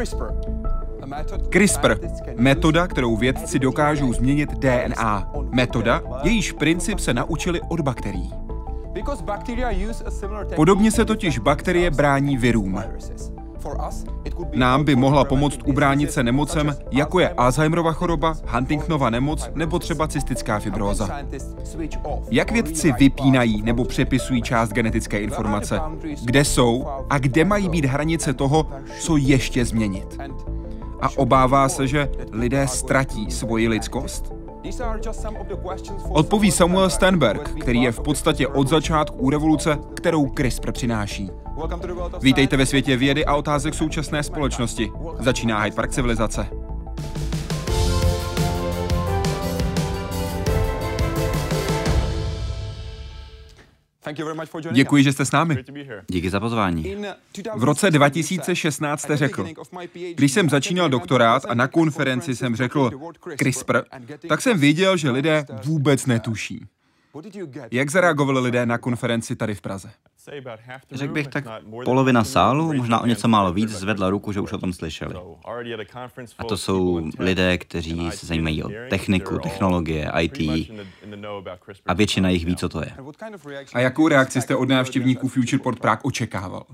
CRISPR, metoda, kterou vědci dokážou změnit DNA. Metoda, jejíž princip se naučili od bakterií. Podobně se totiž bakterie brání virům. Nám by mohla pomoct ubránit se nemocem, jako je Alzheimerova choroba, Huntingtonova nemoc nebo třeba cystická fibróza. Jak vědci vypínají nebo přepisují část genetické informace? Kde jsou a kde mají být hranice toho, co ještě změnit? A obává se, že lidé ztratí svoji lidskost? Odpoví Samuel Sternberg, který je v podstatě od začátku u revoluce, kterou CRISPR přináší. Vítejte ve světě vědy a otázek současné společnosti. Začíná Hyde Park civilizace. Děkuji, že jste s námi. Díky za pozvání. V roce 2016 jste řekl, když jsem začínal doktorát a na konferenci jsem řekl CRISPR, tak jsem věděl, že lidé vůbec netuší. Jak zareagovali lidé na konferenci tady v Praze? Řekl bych, tak polovina sálu, možná o něco málo víc, zvedla ruku, že už o tom slyšeli. A to jsou lidé, kteří se zajímají o techniku, technologie, IT a většina jich ví, co to je. A jakou reakci jste od návštěvníků Futureport Prague očekával?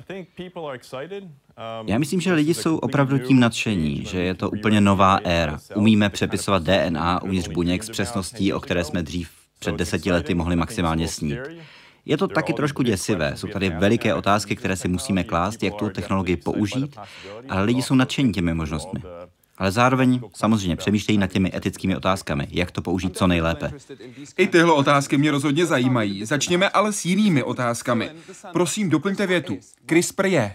Já myslím, že lidi jsou opravdu tím nadšení, že je to úplně nová éra. Umíme přepisovat DNA uvnitř buněk s přesností, o které jsme dřív před 10 lety mohli maximálně snít. Je to taky trošku děsivé, jsou tady veliké otázky, které si musíme klást, jak tu technologii použít, ale lidi jsou nadšení těmi možnostmi. Ale zároveň samozřejmě přemýšlejí nad těmi etickými otázkami, jak to použít co nejlépe. I tyhle otázky mě rozhodně zajímají. Začněme ale s jinými otázkami. Prosím, doplňte větu. CRISPR je.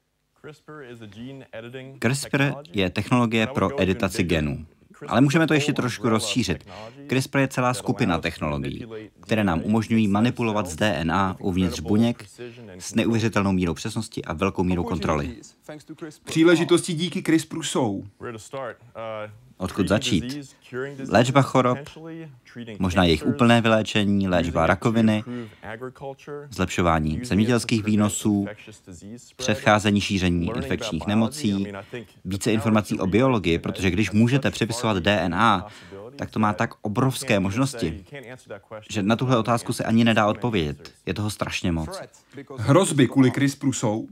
CRISPR je technologie pro editaci genů. Ale můžeme to ještě trošku rozšířit. CRISPR je celá skupina technologií, které nám umožňují manipulovat z DNA uvnitř buněk s neuvěřitelnou mírou přesnosti a velkou mírou kontroly. Příležitosti díky CRISPRu jsou. Odkud začít? Léčba chorob, možná jejich úplné vyléčení, léčba rakoviny, zlepšování zemědělských výnosů, předcházení šíření infekčních nemocí, více informací o biologii, protože když můžete přepisovat DNA, tak to má tak obrovské možnosti, že na tuhle otázku se ani nedá odpovědět. Je toho strašně moc. Hrozby kvůli CRISPRu jsou?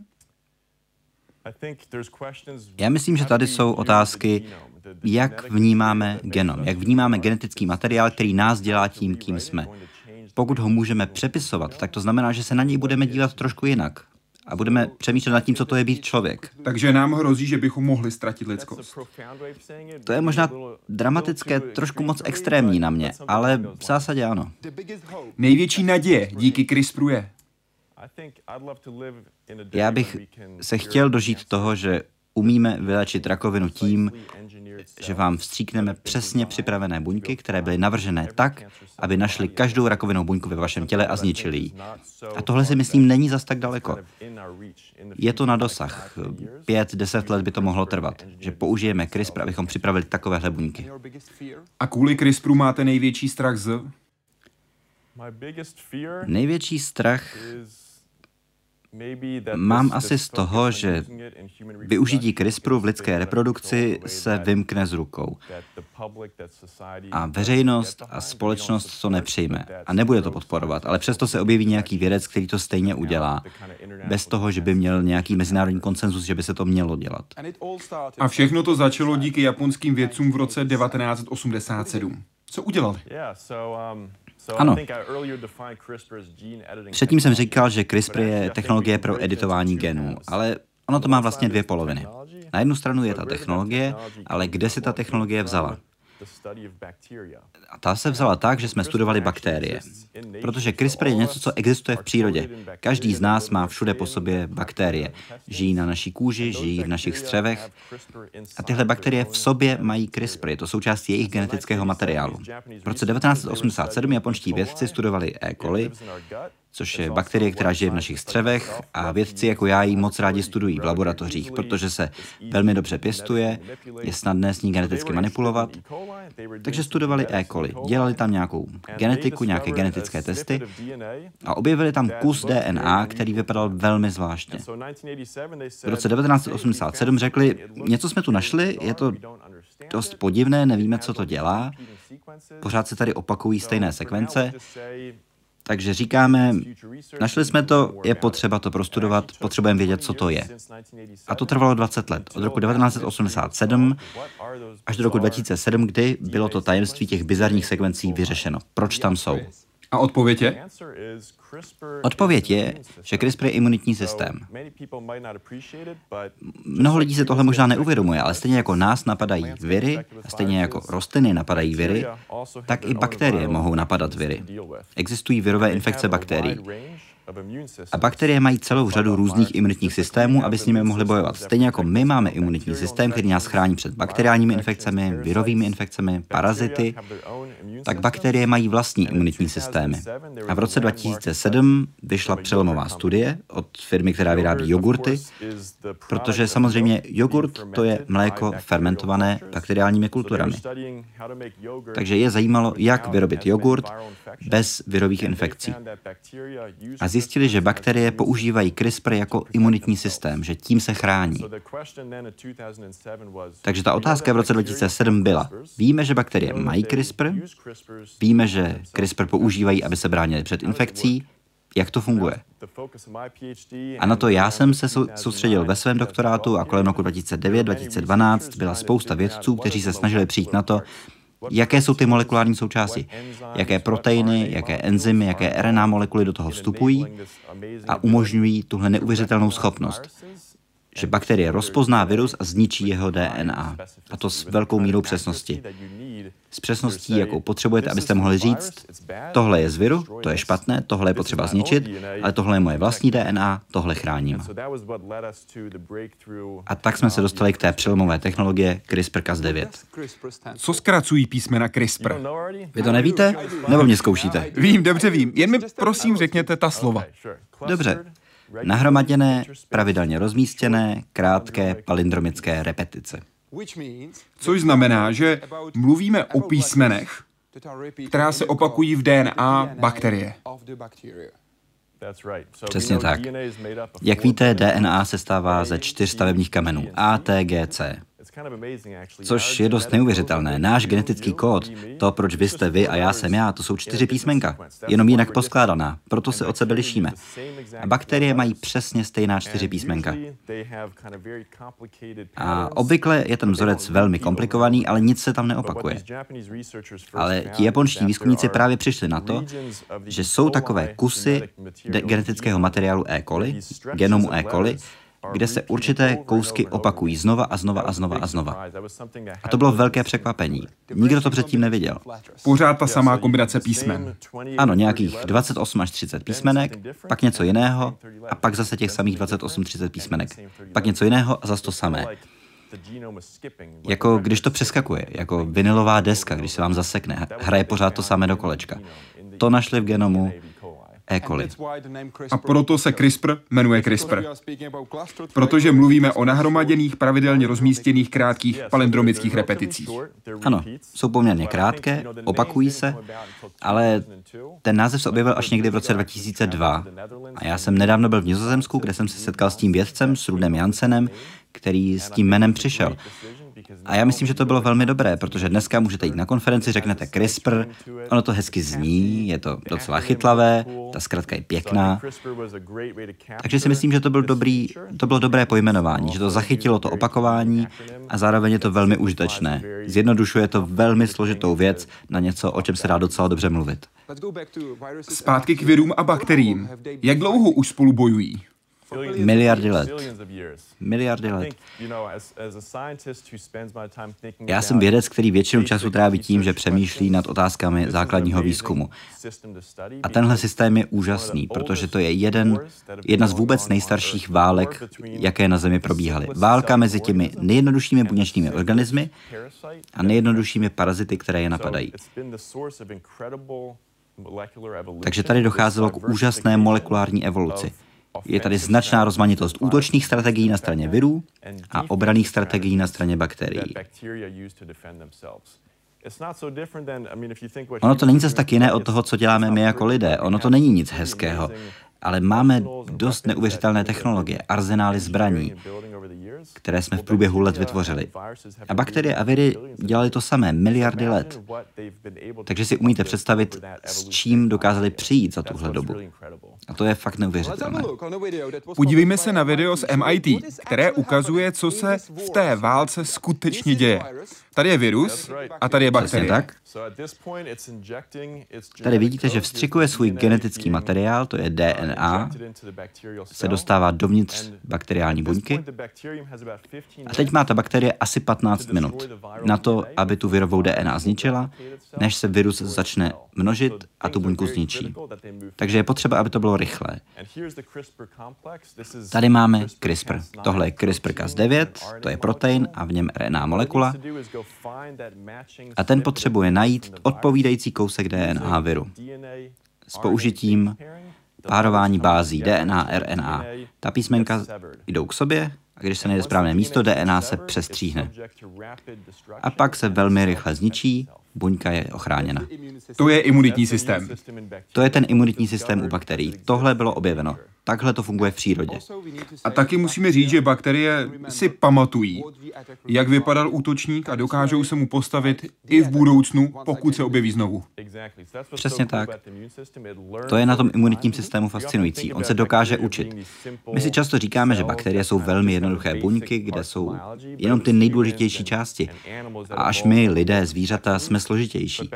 Já myslím, že tady jsou otázky, jak vnímáme genom, jak vnímáme genetický materiál, který nás dělá tím, kým jsme. Pokud ho můžeme přepisovat, tak to znamená, že se na něj budeme dívat trošku jinak. A budeme přemýšlet nad tím, co to je být člověk. Takže nám hrozí, že bychom mohli ztratit lidskost. To je možná dramatické, trošku moc extrémní na mě, ale v zásadě ano. Největší naděje díky CRISPRu je. Já bych se chtěl dožít toho, že umíme vyléčit rakovinu tím, že vám vstříkneme přesně připravené buňky, které byly navržené tak, aby našly každou rakovinou buňku ve vašem těle a zničili ji. A tohle si myslím není zas tak daleko. Je to na dosah. 5-10 let by to mohlo trvat, že použijeme CRISPR, abychom připravili takovéhle buňky. A kvůli CRISPRu máte největší strach z? Největší strach mám asi z toho, že využití CRISPRu v lidské reprodukci se vymkne z rukou. A veřejnost a společnost to nepřijme. A nebude to podporovat, ale přesto se objeví nějaký vědec, který to stejně udělá. Bez toho, že by měl nějaký mezinárodní konsenzus, že by se to mělo dělat. A všechno to začalo díky japonským vědcům v roce 1987. Co udělali? Ano. Předtím jsem říkal, že CRISPR je technologie pro editování genů, ale ono to má vlastně dvě poloviny. Na jednu stranu je ta technologie, ale kde si ta technologie vzala? A ta se vzala tak, že jsme studovali bakterie. Protože CRISPR je něco, co existuje v přírodě. Každý z nás má všude po sobě bakterie. Žijí na naší kůži, žijí v našich střevech. A tyhle bakterie v sobě mají CRISPR, je to součást jejich genetického materiálu. V roce 1987 japonští vědci studovali E. coli, což je bakterie, která žije v našich střevech a vědci jako já ji moc rádi studují v laboratořích, protože se velmi dobře pěstuje, je snadné s ní geneticky manipulovat. Takže studovali E. coli, dělali tam nějakou genetiku, nějaké genetické testy a objevili tam kus DNA, který vypadal velmi zvláštně. V roce 1987 řekli, něco jsme tu našli, je to dost podivné, nevíme, co to dělá, pořád se tady opakují stejné sekvence, takže říkáme, našli jsme to, je potřeba to prostudovat, potřebujeme vědět, co to je. A to trvalo 20 let, od roku 1987 až do roku 2007, kdy bylo to tajemství těch bizarních sekvencí vyřešeno. Proč tam jsou? A odpověď je? Odpověď je, že CRISPR je imunitní systém. Mnoho lidí se tohle možná neuvědomuje, ale stejně jako nás napadají viry, a stejně jako rostliny napadají viry, tak i bakterie mohou napadat viry. Existují virové infekce bakterií. A bakterie mají celou řadu různých imunitních systémů, aby s nimi mohly bojovat. Stejně jako my máme imunitní systém, který nás chrání před bakteriálními infekcemi, virovými infekcemi, parazity, tak bakterie mají vlastní imunitní systémy. A v roce 2007 vyšla přelomová studie od firmy, která vyrábí jogurty, protože samozřejmě jogurt to je mléko fermentované bakteriálními kulturami. Takže je zajímalo, jak vyrobit jogurt bez virových infekcí. A zjistili, že bakterie používají CRISPR jako imunitní systém, že tím se chrání. Takže ta otázka v roce 2007 byla, víme, že bakterie mají CRISPR, víme, že CRISPR používají, aby se bránili před infekcí, jak to funguje. A na to já jsem se soustředil ve svém doktorátu a kolem roku 2009-2012 byla spousta vědců, kteří se snažili přijít na to, jaké jsou ty molekulární součásti, jaké proteiny, jaké enzymy, jaké RNA molekuly do toho vstupují a umožňují tuhle neuvěřitelnou schopnost, že bakterie rozpozná virus a zničí jeho DNA. A to s velkou mírou přesnosti. S přesností, jakou potřebujete, abyste mohli říct, tohle je z viru, to je špatné, tohle je potřeba zničit, ale tohle je moje vlastní DNA, tohle chráním. A tak jsme se dostali k té přelomové technologie CRISPR-Cas9. Co zkracují písmena CRISPR? Vy to nevíte? Nebo mě zkoušíte? Vím, dobře vím. Jen mi prosím řekněte ta slova. Dobře. Nahromaděné, pravidelně rozmístěné, krátké palindromické repetice. Což znamená, že mluvíme o písmenech, která se opakují v DNA bakterie. Přesně tak. Jak víte, DNA se stává ze 4 stavebních kamenů A, T, G, C. Což je dost neuvěřitelné. Náš genetický kód, to, proč vy jste vy a já jsem já, to jsou 4 písmenka, jenom jinak poskládaná, proto se od sebe lišíme. A bakterie mají přesně stejná 4 písmenka. A obvykle je ten vzorec velmi komplikovaný, ale nic se tam neopakuje. Ale ti japonští výzkumníci právě přišli na to, že jsou takové kusy genetického materiálu E. coli, genomu E. coli, kde se určité kousky opakují znova a znova a znova a znova. A to bylo velké překvapení. Nikdo to předtím neviděl. Pořád ta samá kombinace písmen. Ano, nějakých 28 až 30 písmenek, pak něco jiného a pak zase těch samých 28-30 písmenek. Pak něco jiného a zase to samé. Jako když to přeskakuje, jako vinylová deska, když se vám zasekne, hraje pořád to samé do kolečka. To našli v genomu E. coli. A proto se CRISPR jmenuje CRISPR. Protože mluvíme o nahromaděných, pravidelně rozmístěných krátkých palindromických repeticích. Ano, jsou poměrně krátké, opakují se, ale ten název se objevil až někdy v roce 2002. A já jsem nedávno byl v Nizozemsku, kde jsem se setkal s tím vědcem, s Rudem Janssenem, který s tím jménem přišel. A já myslím, že to bylo velmi dobré, protože dneska můžete jít na konferenci, řeknete CRISPR, ono to hezky zní, je to docela chytlavé, ta zkratka je pěkná. Takže si myslím, že to bylo dobré pojmenování, že to zachytilo to opakování a zároveň je to velmi užitečné. Zjednodušuje to velmi složitou věc na něco, o čem se dá docela dobře mluvit. Zpátky k virům a bakteriím. Jak dlouho už spolu bojují? Miliardy let. Já jsem vědec, který většinu času tráví tím, že přemýšlí nad otázkami základního výzkumu. A tenhle systém je úžasný, protože to je jedna z vůbec nejstarších válek, jaké na Zemi probíhaly. Válka mezi těmi nejjednoduššími buněčnými organismy a nejjednoduššími parazity, které je napadají. Takže tady docházelo k úžasné molekulární evoluci. Je tady značná rozmanitost útočných strategií na straně virů a obranných strategií na straně bakterií. Ono to není zase tak jiné od toho, co děláme my jako lidé. Ono to není nic hezkého. Ale máme dost neuvěřitelné technologie, arzenály zbraní, které jsme v průběhu let vytvořili. A bakterie a viry dělaly to samé miliardy let. Takže si umíte představit, s čím dokázali přijít za tuhle dobu. A to je fakt neuvěřitelné. Podívejme se na video z MIT, které ukazuje, co se v té válce skutečně děje. Tady je virus a tady je bakterie. Tak? Tady vidíte, že vstřikuje svůj genetický materiál, to je DNA, se dostává dovnitř bakteriální buňky a teď má ta bakterie asi 15 minut na to, aby tu virovou DNA zničila, než se virus začne množit a tu buňku zničí. Takže je potřeba, aby to bylo rychlé. Tady máme CRISPR. Tohle je CRISPR-Cas9, to je protein a v něm RNA molekula. A ten potřebuje najít odpovídající kousek DNA viru s použitím párování bází DNA, RNA. Ta písmenka jdou k sobě a když se najde správné místo, DNA se přestříhne. A pak se velmi rychle zničí, buňka je ochráněna. To je imunitní systém. To je ten imunitní systém u bakterií. Tohle bylo objeveno. Takhle to funguje v přírodě. A taky musíme říct, že bakterie si pamatují, jak vypadal útočník a dokážou se mu postavit i v budoucnu, pokud se objeví znovu. Přesně tak. To je na tom imunitním systému fascinující. On se dokáže učit. My si často říkáme, že bakterie jsou velmi jednoduché buňky, kde jsou jenom ty nejdůležitější části. A až my, lidé, zvířata, jsme složitější.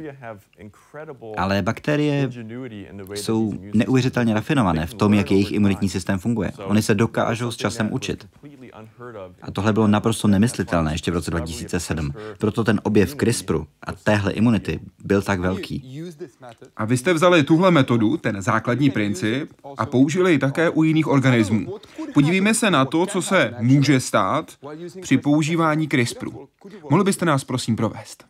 Ale bakterie jsou neuvěřitelně rafinované v tom, jak jejich imunitní systém funguje. Oni se dokážou s časem učit. A tohle bylo naprosto nemyslitelné ještě v roce 2007. Proto ten objev CRISPRu a téhle imunity byl tak velký. A vy jste vzali tuhle metodu, ten základní princip, a použili ji také u jiných organismů. Podívejme se na to, co se může stát při používání CRISPRu. Mohli byste nás prosím provést?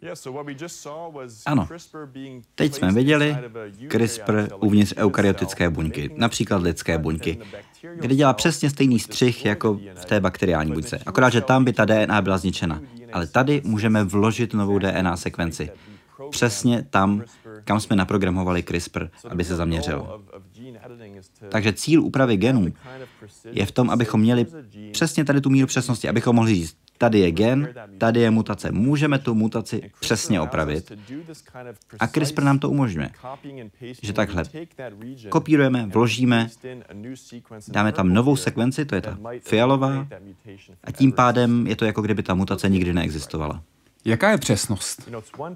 Ano. Teď jsme viděli CRISPR uvnitř eukaryotické buňky, například lidské buňky, kde dělá přesně stejný střih jako v té bakteriální buňce. Akorát, že tam by ta DNA byla zničena. Ale tady můžeme vložit novou DNA sekvenci. Přesně tam, kam jsme naprogramovali CRISPR, aby se zaměřil. Takže cíl úpravy genů je v tom, abychom měli přesně tady tu míru přesnosti, abychom mohli říct, tady je gen, tady je mutace. Můžeme tu mutaci přesně opravit a CRISPR nám to umožňuje. Že takhle kopírujeme, vložíme, dáme tam novou sekvenci, to je ta fialová, a tím pádem je to jako kdyby ta mutace nikdy neexistovala. Jaká je přesnost?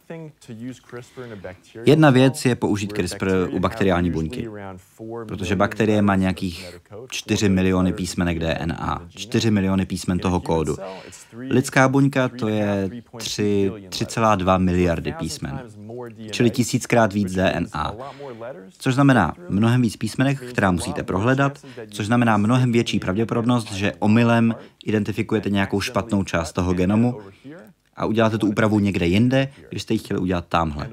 Jedna věc je použít CRISPR u bakteriální buňky, protože bakterie má nějakých 4 miliony písmenek DNA, 4 miliony písmen toho kódu. Lidská buňka to je 3,2 miliardy písmen, čili 1000krát víc DNA, což znamená mnohem víc písmenek, která musíte prohledat, což znamená mnohem větší pravděpodobnost, že omylem identifikujete nějakou špatnou část toho genomu a uděláte tu úpravu někde jinde, když jste ji chtěli udělat tamhle.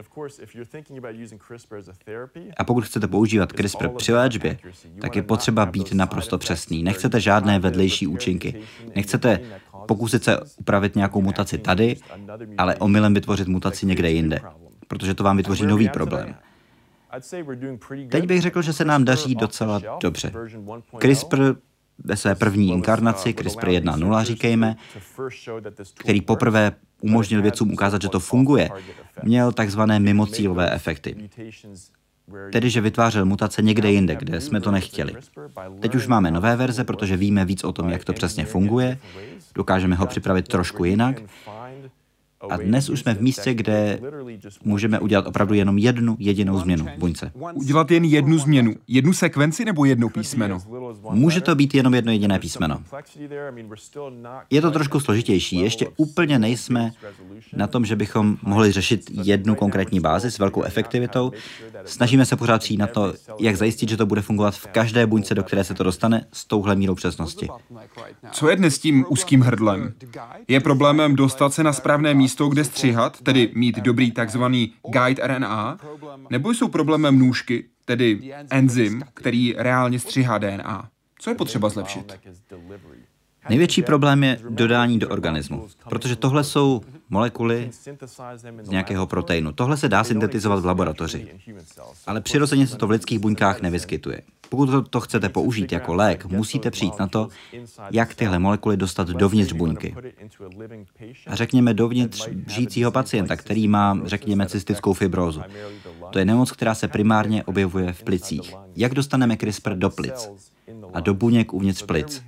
A pokud chcete používat CRISPR při léčbě, tak je potřeba být naprosto přesný. Nechcete žádné vedlejší účinky. Nechcete pokusit se upravit nějakou mutaci tady, ale omylem vytvořit mutaci někde jinde, protože to vám vytvoří nový problém. Teď bych řekl, že se nám daří docela dobře. CRISPR ve své první inkarnaci, CRISPR 1.0 říkejme, který poprvé umožnil vědcům ukázat, že to funguje, měl takzvané mimocílové efekty. Tedy, že vytvářel mutace někde jinde, kde jsme to nechtěli. Teď už máme nové verze, protože víme víc o tom, jak to přesně funguje, dokážeme ho připravit trošku jinak. A dnes už jsme v místě, kde můžeme udělat opravdu jenom jednu jedinou změnu v buňce. Udělat jen jednu změnu, jednu sekvenci nebo jedno písmeno? Může to být jenom jedno jediné písmeno. Je to trošku složitější, ještě úplně nejsme na tom, že bychom mohli řešit jednu konkrétní bázi s velkou efektivitou. Snažíme se pořád přijít na to, jak zajistit, že to bude fungovat v každé buňce, do které se to dostane, s touhle mírou přesnosti. Co je dnes tím úzkým hrdlem? Je problémem dostat se na správné místo místo, kde stříhat, tedy mít dobrý takzvaný guide RNA, nebo jsou problémem nůžky, tedy enzym, který reálně stříhá DNA? Co je potřeba zlepšit? Největší problém je dodání do organismu, protože tohle jsou molekuly z nějakého proteinu. Tohle se dá syntetizovat v laboratoři, ale přirozeně se to v lidských buňkách nevyskytuje. Pokud to chcete použít jako lék, musíte přijít na to, jak tyhle molekuly dostat dovnitř buňky. A řekněme dovnitř žijícího pacienta, který má, řekněme, cystickou fibrózu. To je nemoc, která se primárně objevuje v plicích. Jak dostaneme CRISPR do plic a do buněk uvnitř plic?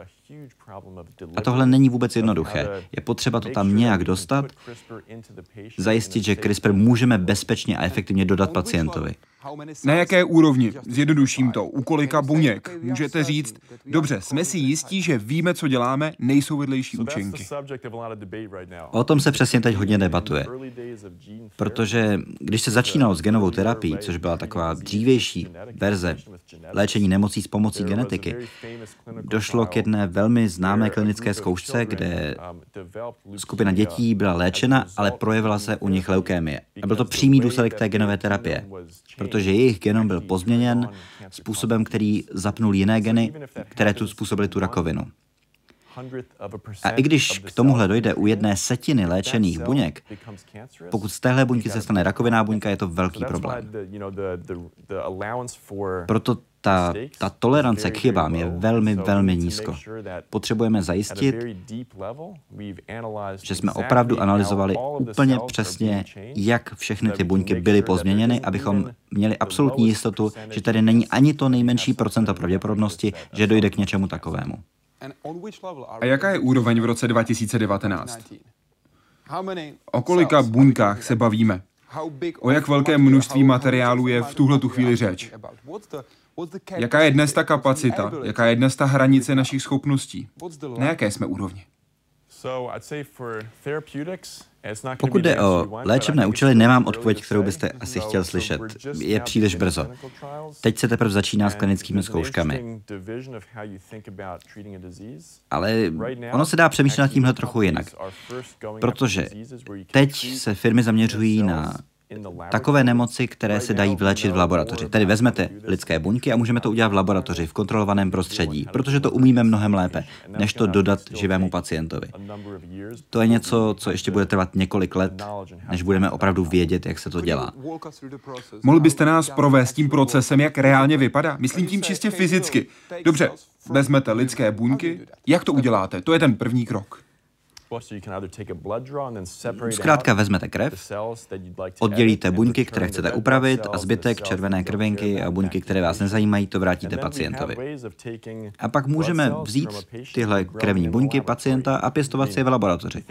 A tohle není vůbec jednoduché. Je potřeba to tam nějak dostat, zajistit, že CRISPR můžeme bezpečně a efektivně dodat pacientovi. Na jaké úrovni? Zjednoduším to. U kolika buněk? Můžete říct, dobře, jsme si jistí, že víme, co děláme, nejsou vedlejší účinky. O tom se přesně teď hodně debatuje. Protože když se začínalo s genovou terapií, což byla taková dřívější verze léčení nemocí s pomocí genetiky, došlo k jedné velmi známé klinické zkoušce, kde skupina dětí byla léčena, ale projevila se u nich leukémie. A byl to přímý důsledek té genové terapie, protože jejich genom byl pozměněn způsobem, který zapnul jiné geny, které tu způsobily tu rakovinu. A i když k tomuhle dojde u 1/100 léčených buněk, pokud z téhle buňky se stane rakovinná buňka, je to velký problém. Proto ta tolerance k chybám je velmi, velmi nízko. Potřebujeme zajistit, že jsme opravdu analyzovali úplně přesně, jak všechny ty buňky byly pozměněny, abychom měli absolutní jistotu, že tady není ani to nejmenší procento pravděpodobnosti, že dojde k něčemu takovému. A jaká je úroveň v roce 2019? O kolika buňkách se bavíme? O jak velké množství materiálu je v tuhletu chvíli řeč? Jaká je dnes ta kapacita? Jaká je dnes ta hranice našich schopností? Na jaké jsme úrovni? Pokud jde o léčebné účely, nemám odpověď, kterou byste asi chtěl slyšet. Je příliš brzo. Teď se teprve začíná s klinickými zkouškami. Ale ono se dá přemýšlet nad tímhle trochu jinak. Protože teď se firmy zaměřují na takové nemoci, které se dají vyléčit v laboratoři. Tedy vezmete lidské buňky a můžeme to udělat v laboratoři, v kontrolovaném prostředí, protože to umíme mnohem lépe, než to dodat živému pacientovi. To je něco, co ještě bude trvat několik let, než budeme opravdu vědět, jak se to dělá. Mohl byste nás provést tím procesem, jak reálně vypadá? Myslím tím čistě fyzicky. Dobře, vezmete lidské buňky, jak to uděláte? To je ten první krok. Zkrátka vezmete krev, oddělíte buňky, které chcete upravit a zbytek, červené krvinky a buňky, které vás nezajímají, to vrátíte pacientovi. A pak můžeme vzít tyhle krevní buňky pacienta a pěstovat si je v laboratoři.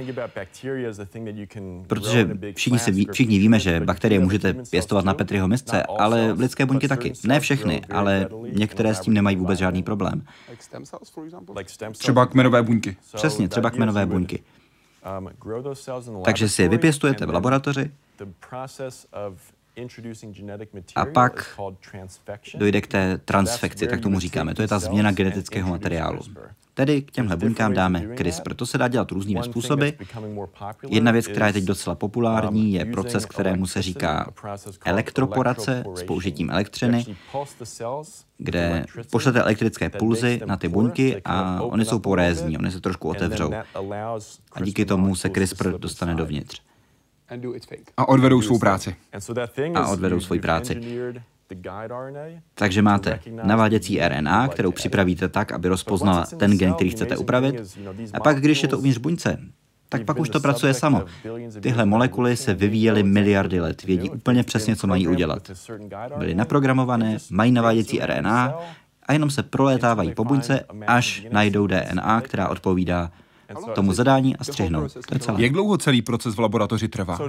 Protože všichni víme, že bakterie můžete pěstovat na Petriho misce, ale lidské buňky taky. Ne všechny, ale některé s tím nemají vůbec žádný problém. Třeba kmenové buňky. Přesně, třeba kmenové buňky. Takže si je vypěstujete v laboratoři a pak dojde k té transfekci, tak tomu říkáme. To je ta změna genetického materiálu. Tedy k těmhle buňkám dáme CRISPR. To se dá dělat různými způsoby. Jedna věc, která je teď docela populární, je proces, kterému se říká elektroporace s použitím elektřiny, kde pošlete elektrické pulzy na ty buňky a oni jsou porézní, oni se trošku otevřou. A díky tomu se CRISPR dostane dovnitř. A odvedou svou práci. Takže máte naváděcí RNA, kterou připravíte tak, aby rozpoznala ten gen, který chcete upravit. A pak, když je to uvnitř buňce, tak pak už to pracuje samo. Tyhle molekuly se vyvíjely miliardy let, vědí úplně přesně, co mají udělat. Byly naprogramované, mají naváděcí RNA a jenom se prolétávají po buňce, až najdou DNA, která odpovídá tomu zadání a střihnou. To je celé. Jak dlouho celý proces v laboratoři trvá?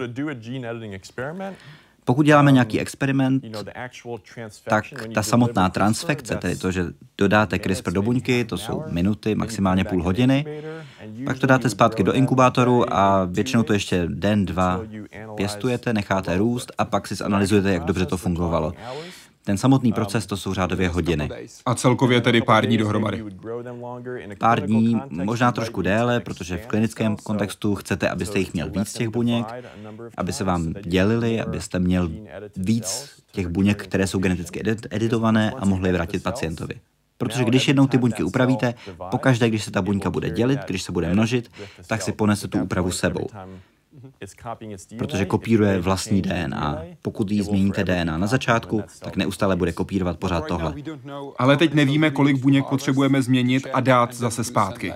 Pokud děláme nějaký experiment, tak ta samotná transfekce, tedy to, že dodáte CRISPR do buňky, to jsou minuty, maximálně půl hodiny, pak to dáte zpátky do inkubátoru a většinou to ještě den, dva pěstujete, necháte růst a pak si zanalyzujete, jak dobře to fungovalo. Ten samotný proces to jsou řádově hodiny. A celkově tedy pár dní dohromady. Pár dní, možná trošku déle, protože v klinickém kontextu chcete, abyste jich měl víc těch buněk, aby se vám dělili, abyste měl víc těch buněk, které jsou geneticky editované a mohli je vrátit pacientovi. Protože když jednou ty buňky upravíte, pokaždé, když se ta buňka bude dělit, když se bude množit, tak si ponese tu úpravu sebou. Protože kopíruje vlastní DNA. Pokud jí změníte DNA na začátku, tak neustále bude kopírovat pořád tohle. Ale teď nevíme, kolik buněk potřebujeme změnit a dát zase zpátky.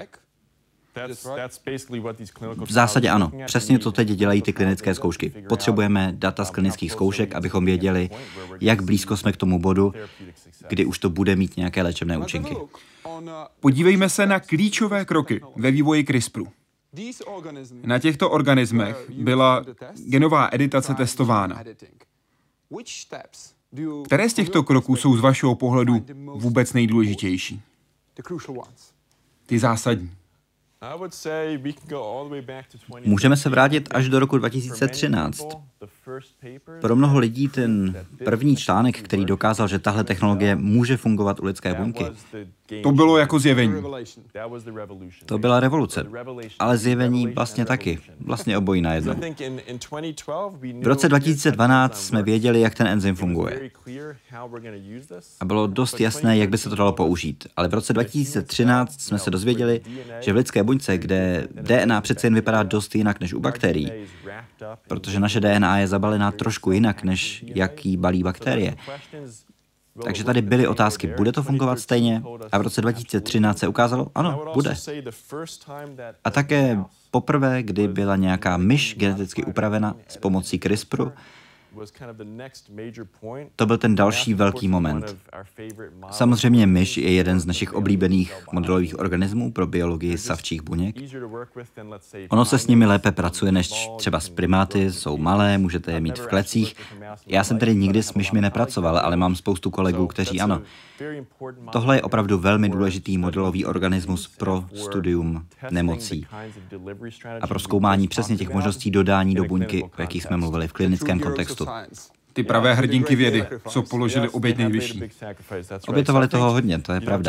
V zásadě ano. Přesně to teď dělají ty klinické zkoušky. Potřebujeme data z klinických zkoušek, abychom věděli, jak blízko jsme k tomu bodu, kdy už to bude mít nějaké léčebné účinky. Podívejme se na klíčové kroky ve vývoji CRISPRu. Na těchto organismech byla genová editace testována. Které z těchto kroků jsou z vašeho pohledu vůbec nejdůležitější? Ty zásadní. Můžeme se vrátit až do roku 2013. Pro mnoho lidí ten první článek, který dokázal, že tahle technologie může fungovat u lidské buňky, to bylo jako zjevení. To byla revoluce, ale zjevení vlastně taky, vlastně obojí najednou. V roce 2012 jsme věděli, jak ten enzym funguje. A bylo dost jasné, jak by se to dalo použít. Ale v roce 2013 jsme se dozvěděli, že v lidské buňce, kde DNA přece jen vypadá dost jinak než u bakterií, protože naše DNA je zabalená trošku jinak, než jak jí balí bakterie. Takže tady byly otázky, bude to fungovat stejně? A v roce 2013 se ukázalo, ano, bude. A také poprvé, kdy byla nějaká myš geneticky upravena s pomocí CRISPRu, to byl ten další velký moment. Samozřejmě myš je jeden z našich oblíbených modelových organismů pro biologii savčích buněk. Ono se s nimi lépe pracuje než třeba s primáty, jsou malé, můžete je mít v klecích. Já jsem tedy nikdy s myšmi nepracoval, ale mám spoustu kolegů, kteří ano. Tohle je opravdu velmi důležitý modelový organismus pro studium nemocí a pro zkoumání přesně těch možností dodání do buňky, o jakých jsme mluvili v klinickém kontextu. Ty pravé hrdinky vědy, co položili oběť nejvyšší. Obětovali toho hodně, to je pravda.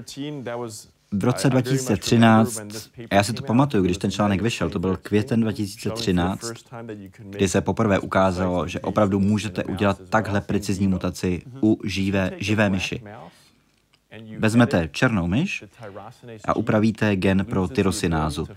V roce 2013, a já si to pamatuju, když ten článek vyšel, to byl květen 2013, kdy se poprvé ukázalo, že opravdu můžete udělat takhle precizní mutaci u živé myši. Vezmete černou myš a upravíte gen pro tyrosinázu.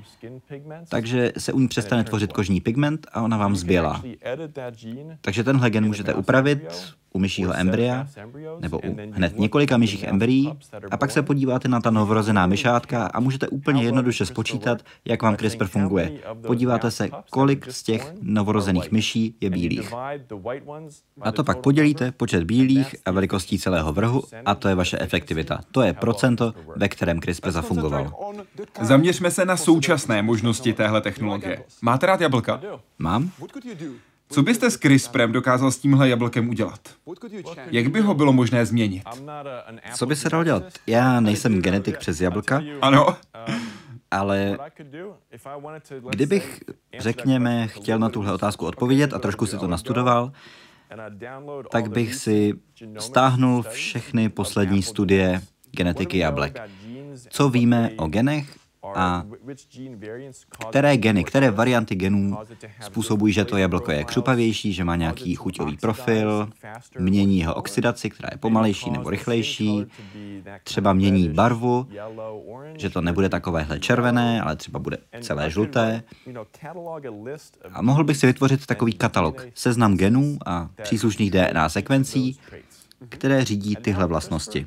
Takže se u ní přestane tvořit kožní pigment a ona vám zbělá. Takže tenhle gen můžete upravit u myšího embrya, nebo u hned několika myších embryí, a pak se podíváte na ta novorozená myšátka a můžete úplně jednoduše spočítat, jak vám CRISPR funguje. Podíváte se, kolik z těch novorozených myší je bílých. A to pak podělíte počet bílých a velikostí celého vrhu a to je vaše efektivita. To je procento, ve kterém CRISPR zafungoval. Zaměřme se na současné možnosti téhle technologie. Máte rád jablka? Mám? Co byste s CRISPRem dokázal s tímhle jablkem udělat? Jak by ho bylo možné změnit? Co by se dalo dělat? Já nejsem genetik přes jablka. Ano. Ale kdybych, řekněme, chtěl na tuhle otázku odpovědět a trošku si to nastudoval, tak bych si stáhnul všechny poslední studie genetiky jablek. Co víme o genech a které geny, které varianty genů způsobují, že to jablko je křupavější, že má nějaký chuťový profil, mění jeho oxidaci, která je pomalejší nebo rychlejší, třeba mění barvu, že to nebude takovéhle červené, ale třeba bude celé žluté. A mohl bych si vytvořit takový katalog, seznam genů a příslušných DNA sekvencí, které řídí tyhle vlastnosti.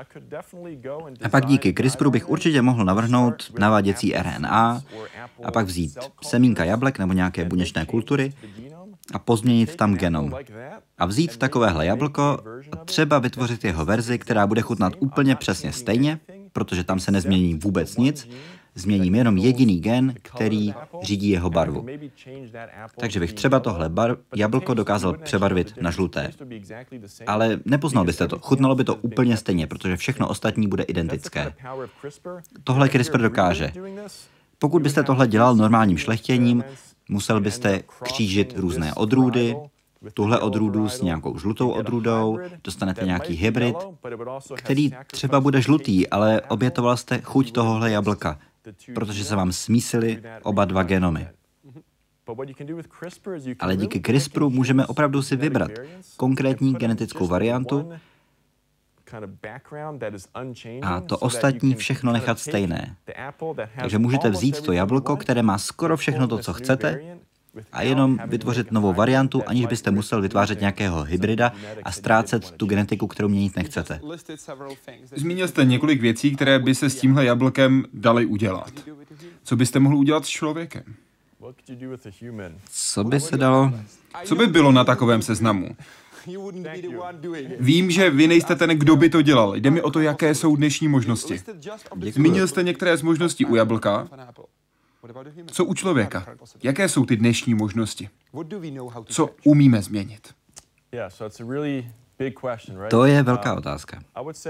A pak díky CRISPRu bych určitě mohl navrhnout naváděcí RNA a pak vzít semínka jablek nebo nějaké buněčné kultury a pozměnit tam genom. A vzít takovéhle jablko a třeba vytvořit jeho verzi, která bude chutnat úplně přesně stejně, protože tam se nezmění vůbec nic, změním jenom jediný gen, který řídí jeho barvu. Takže bych třeba tohle jablko dokázal přebarvit na žluté. Ale nepoznal byste to, chutnalo by to úplně stejně, protože všechno ostatní bude identické. Tohle CRISPR dokáže. Pokud byste tohle dělal normálním šlechtěním, musel byste křížit různé odrůdy, tuhle odrůdu s nějakou žlutou odrůdou, dostanete nějaký hybrid, který třeba bude žlutý, ale obětoval jste chuť tohohle jablka, protože se vám smísily oba dva genomy. Ale díky CRISPRu můžeme opravdu si vybrat konkrétní genetickou variantu a to ostatní všechno nechat stejné. Takže můžete vzít to jablko, které má skoro všechno to, co chcete, a jenom vytvořit novou variantu, aniž byste musel vytvářet nějakého hybrida a ztrácet tu genetiku, kterou měnit nechcete. Zmínil jste několik věcí, které by se s tímhle jablkem daly udělat. Co byste mohli udělat s člověkem? Co by se dalo? Co by bylo na takovém seznamu? Vím, že vy nejste ten, kdo by to dělal. Jde mi o to, jaké jsou dnešní možnosti. Zmínil jste některé z možností u jablka. Co u člověka? Jaké jsou ty dnešní možnosti? Co umíme změnit? To je velká otázka.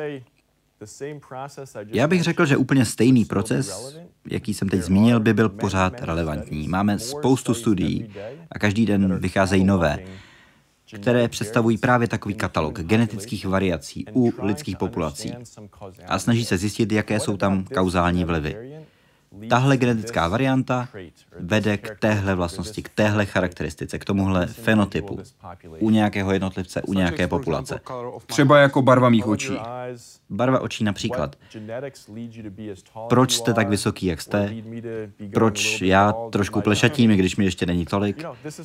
Já bych řekl, že úplně stejný proces, jaký jsem teď zmínil, by byl pořád relevantní. Máme spoustu studií a každý den vycházejí nové, které představují právě takový katalog genetických variací u lidských populací a snaží se zjistit, jaké jsou tam kauzální vlivy. Tahle genetická varianta vede k téhle vlastnosti, k téhle charakteristice, k tomuhle fenotypu u nějakého jednotlivce, u nějaké populace. Třeba jako barva mých očí. Barva očí například. Proč jste tak vysoký, jak jste? Proč já trošku plešatím, když mi ještě není tolik?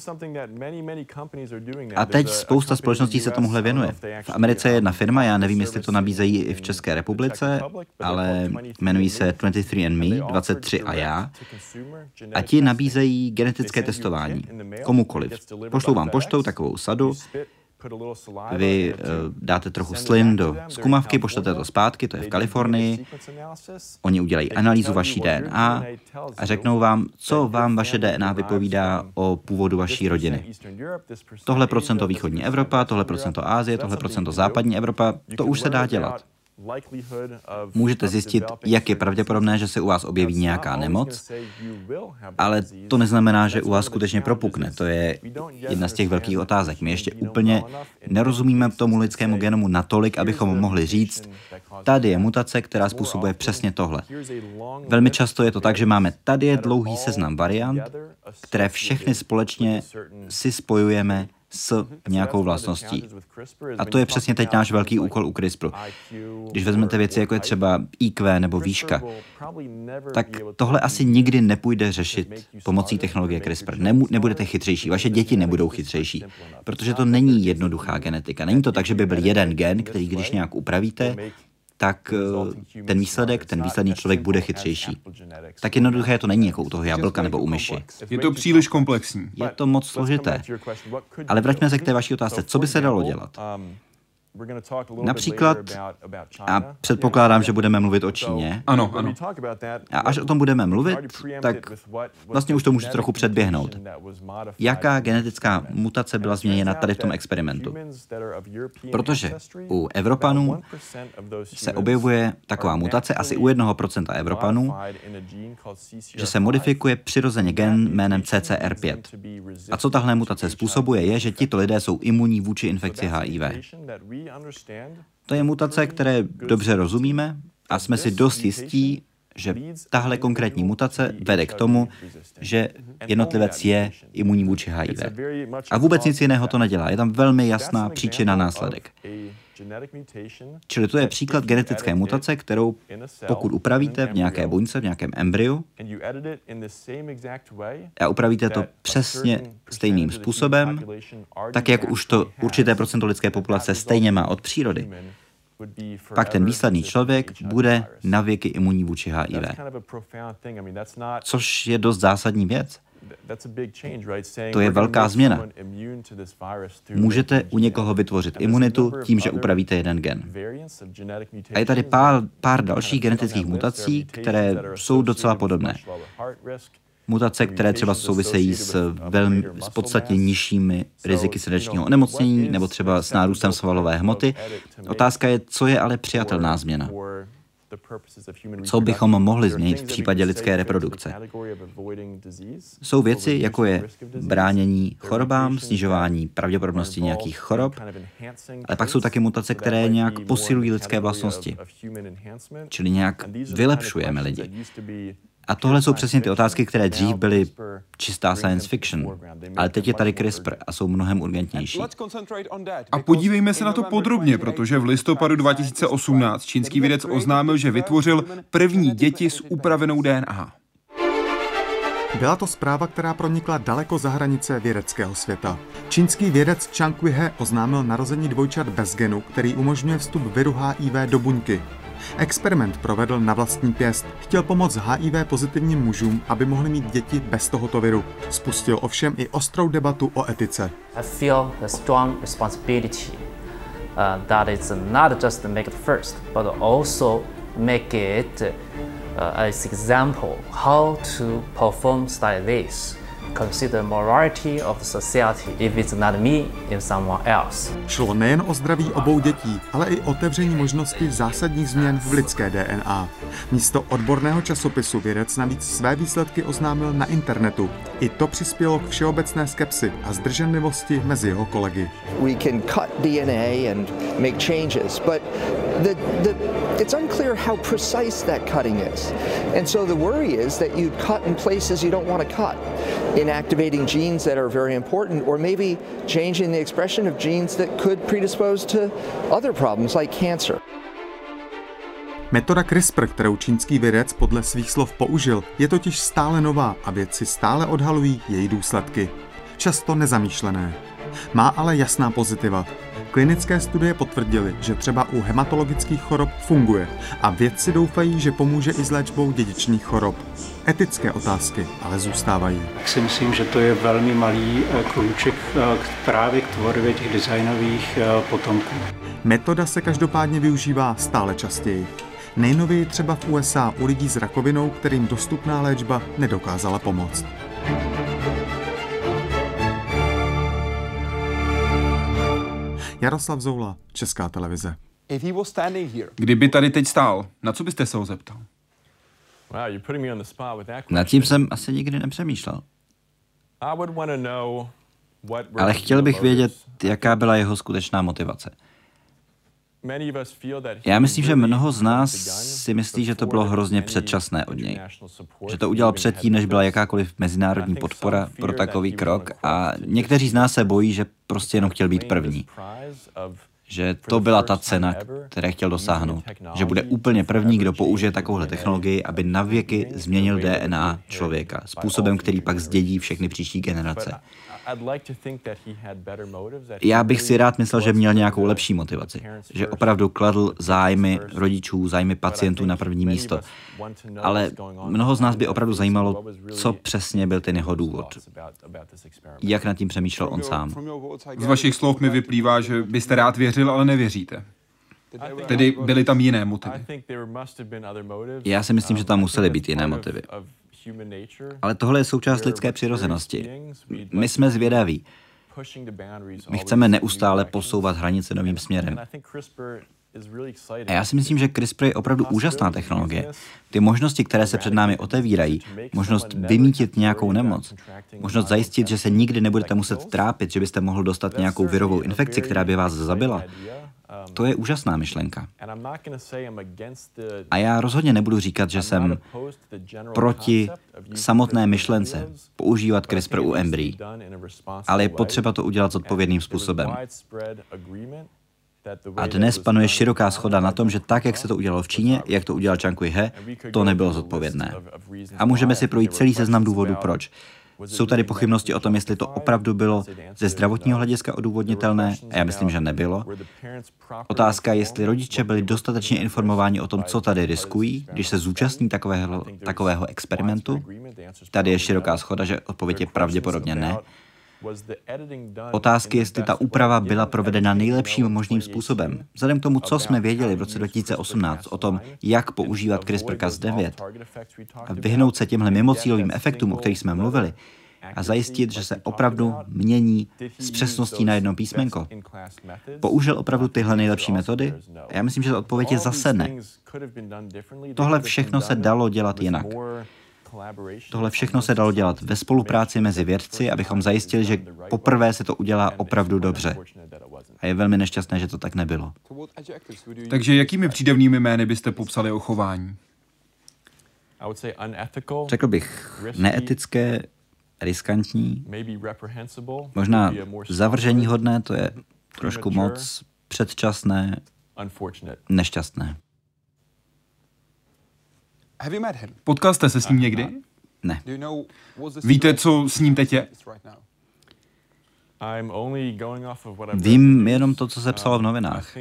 A teď spousta společností se tomuhle věnuje. V Americe je jedna firma, já nevím, jestli to nabízejí i v České republice, ale jmenují se 23andMe, 23 a já, a ti nabízejí genetické testování komukoliv. Pošlou vám poštou takovou sadu, vy dáte trochu slin do zkumavky, pošlete to zpátky, to je v Kalifornii, oni udělají analýzu vaší DNA a řeknou vám, co vám vaše DNA vypovídá o původu vaší rodiny. Tohle procento východní Evropa, tohle procento Asie, tohle procento západní Evropa, to už se dá dělat. Můžete zjistit, jak je pravděpodobné, že se u vás objeví nějaká nemoc, ale to neznamená, že u vás skutečně propukne. To je jedna z těch velkých otázek. My ještě úplně nerozumíme tomu lidskému genomu natolik, abychom mohli říct, tady je mutace, která způsobuje přesně tohle. Velmi často je to tak, že máme tady je dlouhý seznam variant, které všechny společně si spojujeme s nějakou vlastností. A to je přesně teď náš velký úkol u CRISPRu. Když vezmete věci, jako je třeba IQ nebo výška, tak tohle asi nikdy nepůjde řešit pomocí technologie CRISPR. Nebudete chytřejší, vaše děti nebudou chytřejší, protože to není jednoduchá genetika. Není to tak, že by byl jeden gen, který když nějak upravíte, tak ten výsledný člověk bude chytřejší. Tak jednoduché to není jako u toho jablka nebo u myši. Je to příliš komplexní. Je to moc složité. Ale vraťme se k té vaší otázce. Co by se dalo dělat? Například, a předpokládám, že budeme mluvit o Číně. Ano, ano. A až o tom budeme mluvit, tak vlastně už to můžu trochu předběhnout. Jaká genetická mutace byla změněna tady v tom experimentu? Protože u Evropanů se objevuje taková mutace, asi u 1% Evropanů, že se modifikuje přirozeně gen jménem CCR5. A co tahle mutace způsobuje, je, že tito lidé jsou imunní vůči infekci HIV. To je mutace, které dobře rozumíme a jsme si dost jistí, že tahle konkrétní mutace vede k tomu, že jednotlivec je imunní vůči HIV. A vůbec nic jiného to nedělá. Je tam velmi jasná příčina následek. Čili to je příklad genetické mutace, kterou pokud upravíte v nějaké buňce, v nějakém embryu a upravíte to přesně stejným způsobem, tak jak už to určité procento lidské populace stejně má od přírody, pak ten výsledný člověk bude navěky imunní vůči HIV. Což je dost zásadní věc. To je velká změna. Můžete u někoho vytvořit imunitu tím, že upravíte jeden gen. A je tady pár dalších genetických mutací, které jsou docela podobné. Mutace, které třeba souvisejí s podstatně nižšími riziky srdečního onemocnění nebo třeba s nárůstem svalové hmoty. Otázka je, co je ale přijatelná změna. Co bychom mohli změnit v případě lidské reprodukce? Jsou věci, jako je bránění chorobám, snižování pravděpodobnosti nějakých chorob, ale pak jsou taky mutace, které nějak posilují lidské vlastnosti, čili nějak vylepšujeme lidi. A tohle jsou přesně ty otázky, které dřív byly čistá science fiction, ale teď je tady CRISPR a jsou mnohem urgentnější. A podívejme se na to podrobně, protože v listopadu 2018 čínský vědec oznámil, že vytvořil první děti s upravenou DNA. Byla to zpráva, která pronikla daleko za hranice vědeckého světa. Čínský vědec Chang Hui-he oznámil narození dvojčat bez genu, který umožňuje vstup viru HIV do buňky. Experiment provedl na vlastní pěst. Chtěl pomoct HIV pozitivním mužům, aby mohli mít děti bez tohoto viru. Spustil ovšem i ostrou debatu o etice. I feel a strong responsibility that is not just to make it first, but also make it as example how to perform like this. Consider morality of society if it's not me, if someone else. Šlo nejen o zdraví obou dětí, ale i otevření možnosti zásadních změn v lidské DNA. Místo odborného časopisu vědec navíc své výsledky oznámil na internetu. I to přispělo k všeobecné skepsi a zdrženlivosti mezi jeho kolegy. We can cut DNA and make changes, but it's unclear how precise that cutting is. And so the worry is that you cut in places you don't want to cut. Inactivating genes that are very important, or maybe changing the expression of genes that could predispose to other problems like cancer. Metoda CRISPR, kterou čínský vědec podle svých slov použil, je totiž stále nová a vědci stále odhalují její důsledky. Často nezamýšlené. Má ale jasná pozitiva. Klinické studie potvrdily, že třeba u hematologických chorob funguje a vědci doufají, že pomůže i s léčbou dědičných chorob. Etické otázky ale zůstávají. Tak si myslím, že to je velmi malý krůček právě k tvorbě těch designových potomků. Metoda se každopádně využívá stále častěji. Nejnověji třeba v USA u lidí s rakovinou, kterým dostupná léčba nedokázala pomoct. Jaroslav Zoula, Česká televize. Kdyby tady teď stál, na co byste se ho zeptal? Nad tím jsem asi nikdy nepřemýšlel. Ale chtěl bych vědět, jaká byla jeho skutečná motivace. Já myslím, že mnoho z nás si myslí, že to bylo hrozně předčasné od něj. Že to udělal předtím, než byla jakákoliv mezinárodní podpora pro takový krok, a někteří z nás se bojí, že prostě jenom chtěl být první. Že to byla ta cena, které chtěl dosáhnout. Že bude úplně první, kdo použije takovouhle technologii, aby navěky změnil DNA člověka, způsobem, který pak zdědí všechny příští generace. Já bych si rád myslel, že měl nějakou lepší motivaci. Že opravdu kladl zájmy rodičů, zájmy pacientů na první místo. Ale mnoho z nás by opravdu zajímalo, co přesně byl ten jeho důvod. Jak nad tím přemýšlel on sám. Z vašich slov mi vyplývá, že byste rád věřil, ale nevěříte. Tedy byly tam jiné motivy. Já si myslím, že tam musely být jiné motivy. Ale tohle je součást lidské přirozenosti. My jsme zvědaví. My chceme neustále posouvat hranice novým směrem. A já si myslím, že CRISPR je opravdu úžasná technologie. Ty možnosti, které se před námi otevírají, možnost vymýtit nějakou nemoc, možnost zajistit, že se nikdy nebudete muset trápit, že byste mohl dostat nějakou virovou infekci, která by vás zabila, to je úžasná myšlenka. A já rozhodně nebudu říkat, že jsem proti samotné myšlence používat CRISPR u embryí, ale je potřeba to udělat zodpovědným způsobem. A dnes panuje široká shoda na tom, že tak, jak se to udělalo v Číně, jak to udělal Chang Hui-he, to nebylo zodpovědné. A můžeme si projít celý seznam důvodů, proč. Jsou tady pochybnosti o tom, jestli to opravdu bylo ze zdravotního hlediska odůvodnitelné, a já myslím, že nebylo. Otázka je, jestli rodiče byli dostatečně informováni o tom, co tady riskují, když se zúčastní takového experimentu. Tady je široká shoda, že odpověď je pravděpodobně ne. Otázky, jestli ta úprava byla provedena nejlepším možným způsobem. Vzhledem k tomu, co jsme věděli v roce 2018 o tom, jak používat CRISPR-Cas9 a vyhnout se těmhle mimocílovým efektům, o kterých jsme mluvili, a zajistit, že se opravdu mění s přesností na jedno písmenko? Použil opravdu tyhle nejlepší metody? Já myslím, že odpověď je zase ne. Tohle všechno se dalo dělat jinak. Tohle všechno se dalo dělat ve spolupráci mezi vědci, abychom zajistili, že poprvé se to udělá opravdu dobře. A je velmi nešťastné, že to tak nebylo. Takže jakými přídavnými jmény byste popsali o chování? Řekl bych neetické, riskantní, možná zavrženíhodné, to je trošku moc, předčasné, nešťastné. Potkal jste se s ním někdy? Ne. Víte, co s ním teď je? Vím jenom to, co se psalo v novinách.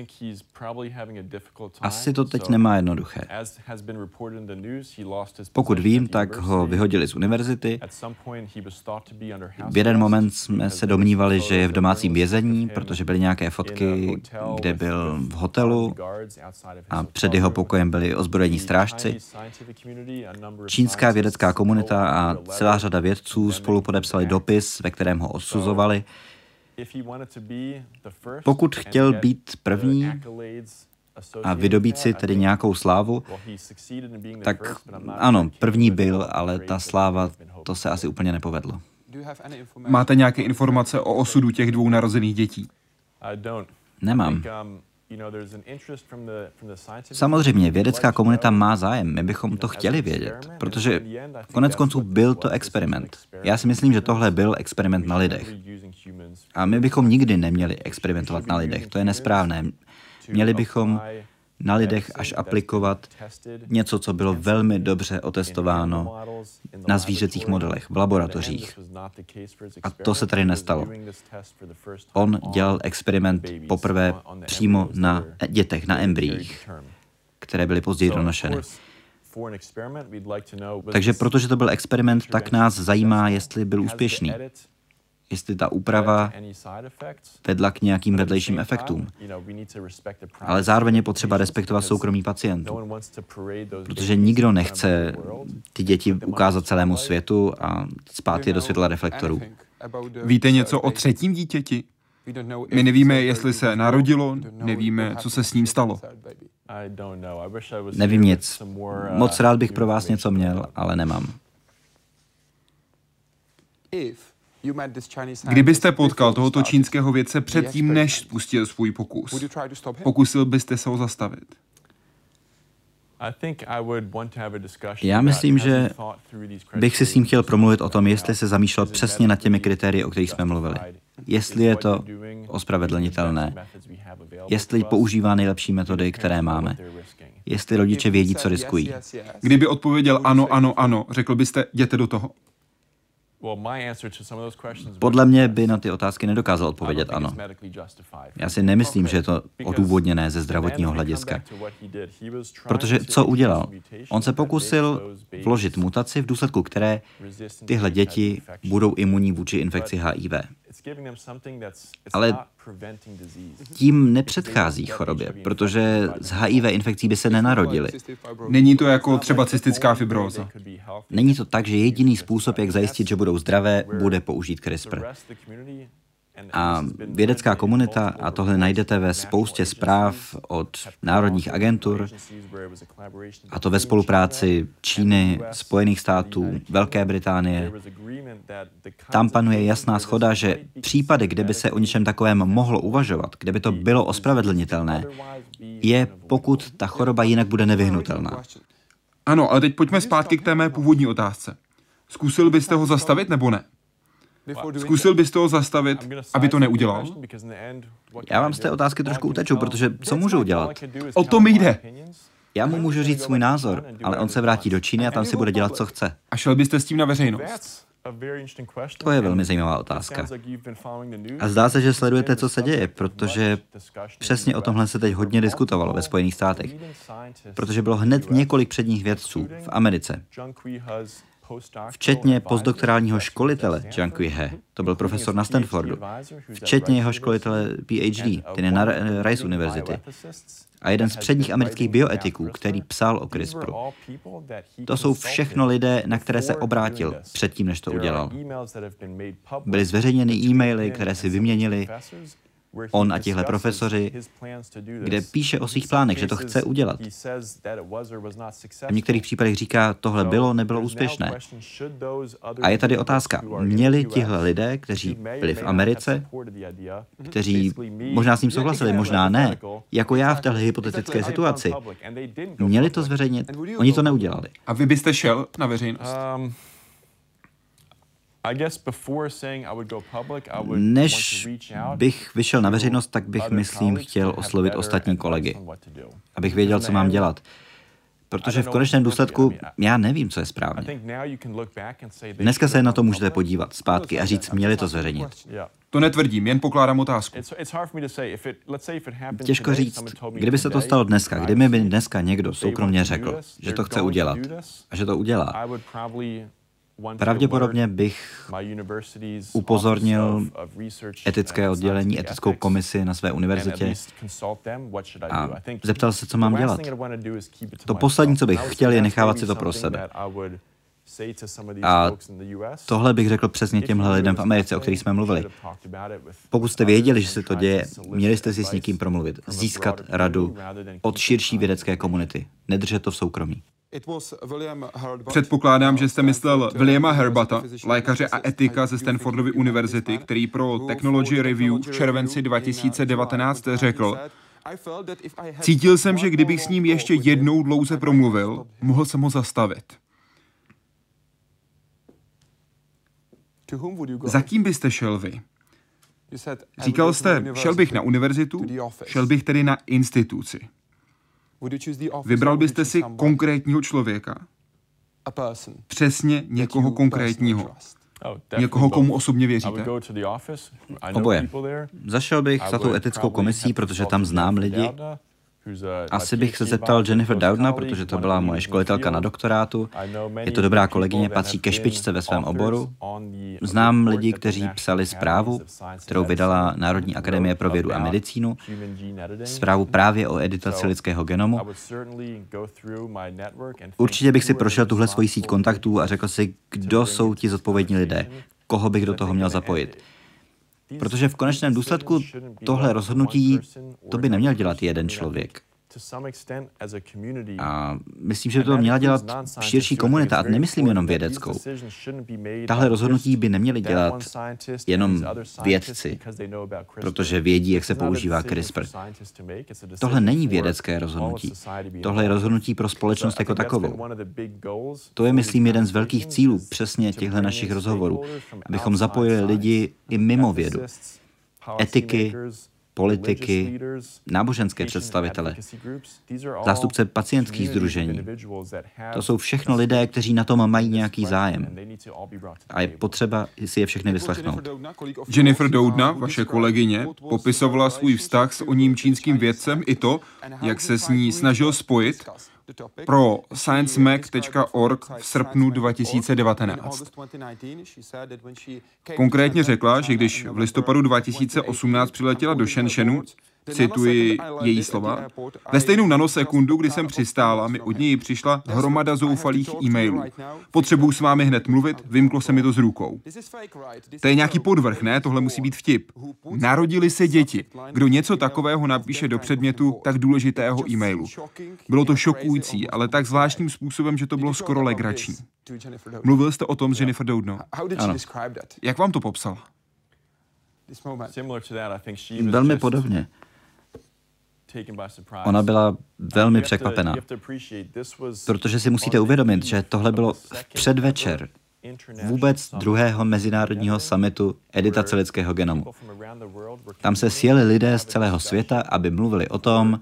Asi to teď nemá jednoduché. Pokud vím, tak ho vyhodili z univerzity. V jeden moment jsme se domnívali, že je v domácím vězení, protože byly nějaké fotky, kde byl v hotelu a před jeho pokojem byli ozbrojení strážci. Čínská vědecká komunita a celá řada vědců spolu podepsali dopis, ve kterém ho odsuzovali. Pokud chtěl být první a vydobít si tedy nějakou slávu, tak ano, první byl, ale ta sláva, to se asi úplně nepovedlo. Máte nějaké informace o osudu těch dvou narozených dětí? Nemám. Samozřejmě, vědecká komunita má zájem, my bychom to chtěli vědět, protože konec konců byl to experiment. Já si myslím, že tohle byl experiment na lidech. A my bychom nikdy neměli experimentovat na lidech, to je nesprávné. Měli bychom na lidech až aplikovat něco, co bylo velmi dobře otestováno na zvířecích modelech, v laboratořích. A to se tady nestalo. On dělal experiment poprvé přímo na dětech, na embryích, které byly později donošeny. Takže protože to byl experiment, tak nás zajímá, jestli byl úspěšný. Jestli ta úprava vedla k nějakým vedlejším efektům. Ale zároveň je potřeba respektovat soukromí pacientů. Protože nikdo nechce ty děti ukázat celému světu a spát je do světla reflektorů. Víte něco o třetím dítěti? My nevíme, jestli se narodilo, nevíme, co se s ním stalo. Nevím nic. Moc rád bych pro vás něco měl, ale nemám. Kdybyste potkal tohoto čínského vědce předtím, než spustil svůj pokus, pokusil byste se ho zastavit? Já myslím, že bych si s ním chtěl promluvit o tom, jestli se zamýšlel přesně nad těmi kritérii, o kterých jsme mluvili. Jestli je to ospravedlnitelné. Jestli používá nejlepší metody, které máme. Jestli rodiče vědí, co riskují. Kdyby odpověděl ano, ano, ano, řekl byste, jděte do toho? Podle mě by na ty otázky nedokázal odpovědět ano. Já si nemyslím, že je to odůvodněné ze zdravotního hlediska. Protože co udělal? On se pokusil vložit mutaci, v důsledku které tyhle děti budou imunní vůči infekci HIV. Ale tím nepředchází chorobě, protože z HIV infekcí by se nenarodili. Není to jako třeba cystická fibróza. Není to tak, že jediný způsob, jak zajistit, že budou zdravé, bude použít CRISPR. A vědecká komunita, a tohle najdete ve spoustě zpráv od národních agentur, a to ve spolupráci Číny, Spojených států, Velké Británie, tam panuje jasná shoda, že případy, kde by se o něčem takovém mohlo uvažovat, kde by to bylo ospravedlnitelné, je, pokud ta choroba jinak bude nevyhnutelná. Ano, ale teď pojďme zpátky k té mé původní otázce. Zkusil byste ho zastavit nebo ne? Zkusil byste ho zastavit, aby to neudělal? Já vám z té otázky trošku uteču, protože co můžu udělat? O to mi jde. Já mu můžu říct svůj názor, ale on se vrátí do Číny a tam si bude dělat, co chce. A šel byste s tím na veřejnost? To je velmi zajímavá otázka. A zdá se, že sledujete, co se děje, protože přesně o tomhle se teď hodně diskutovalo ve Spojených státech. Protože bylo hned několik předních vědců v Americe. včetně postdoktorálního školitele Jiankui He, to byl profesor na Stanfordu, včetně jeho školitele PhD, ten je na Rice univerzity, a jeden z předních amerických bioetiků, který psal o CRISPRu. To jsou všechno lidé, na které se obrátil předtím, než to udělal. Byly zveřejněny e-maily, které si vyměnili on a tihle profesoři, kde píše o svých plánech, že to chce udělat. A v některých případech říká, tohle bylo, nebylo úspěšné. A je tady otázka, měli tihle lidé, kteří byli v Americe, kteří možná s ním souhlasili, možná ne, jako já v téhle hypotetické situaci, měli to zveřejnit, oni to neudělali. A vy byste šel na veřejnost? Než bych vyšel na veřejnost, tak bych, myslím, chtěl oslovit ostatní kolegy, abych věděl, co mám dělat. Protože v konečném důsledku já nevím, co je správně. Dneska se na to můžete podívat zpátky a říct, měli to zveřejnit. To netvrdím, jen pokládám otázku. Těžko říct, kdyby se to stalo dneska, kdyby mi dneska někdo soukromně řekl, že to chce udělat a že to udělá, pravděpodobně bych upozornil etické oddělení, etickou komisi na své univerzitě a zeptal se, co mám dělat. To poslední, co bych chtěl, je nechávat si to pro sebe. A tohle bych řekl přesně těmhle lidem v Americe, o kterých jsme mluvili. Pokud jste věděli, že se to děje, měli jste si s někým promluvit, získat radu od širší vědecké komunity. Nedržet to v soukromí. Předpokládám, že jste myslel Williama Herbata, lékaře a etika ze Stanfordovy univerzity, který pro Technology Review v červenci 2019 řekl: cítil jsem, že kdybych s ním ještě jednou dlouze promluvil, mohl jsem ho zastavit. Za kým byste šel vy? Říkal jste, šel bych na univerzitu, šel bych tedy na instituci. Vybral byste si konkrétního člověka? Přesně někoho konkrétního. Někoho, komu osobně věříte? Oboje. Zašel bych za tou etickou komisí, protože tam znám lidi. Asi bych se zeptal Jennifer Doudna, protože to byla moje školitelka na doktorátu. Je to dobrá kolegyně, patří ke špičce ve svém oboru. Znám lidi, kteří psali zprávu, kterou vydala Národní akademie pro vědu a medicínu, zprávu právě o editaci lidského genomu. Určitě bych si prošel tuhle svoji síť kontaktů a řekl si, kdo jsou ti zodpovědní lidé, koho bych do toho měl zapojit. Protože v konečném důsledku tohle rozhodnutí, to by neměl dělat jeden člověk. A myslím, že by to měla dělat širší komunita, a nemyslím jenom vědeckou. Tahle rozhodnutí by neměli dělat jenom vědci, protože vědí, jak se používá CRISPR. Tohle není vědecké rozhodnutí. Tohle je rozhodnutí pro společnost jako takovou. To je, myslím, jeden z velkých cílů přesně těchto našich rozhovorů, abychom zapojili lidi i mimo vědu. Etiky, politiky, náboženské představitele, zástupce pacientských sdružení. To jsou všechno lidé, kteří na tom mají nějaký zájem. A je potřeba si je všechny vyslechnout. Jennifer Doudna, vaše kolegyně, popisovala svůj vztah s oním čínským vědcem i to, jak se s ní snažil spojit pro sciencemag.org v srpnu 2019. Konkrétně řekla, že když v listopadu 2018 přiletěla do Shenzhenu, cituji její slova, ve stejnou nanosekundu, kdy jsem přistála, mi od něj přišla hromada zoufalých e-mailů. Potřebuji s vámi hned mluvit, vymklo se mi to z rukou. To je nějaký podvrh, ne? Tohle musí být vtip. Narodili se děti. Kdo něco takového napíše do předmětu tak důležitého e-mailu. Bylo to šokující, ale tak zvláštním způsobem, že to bylo skoro legrační. Mluvil jste o tom s Jennifer Doudnou? Ano. Jak vám to popsal? Velmi podobně. Ona byla velmi překvapená, protože si musíte uvědomit, že tohle bylo v předvečer vůbec druhého mezinárodního summitu editace lidského genomu. Tam se sjeli lidé z celého světa, aby mluvili o tom,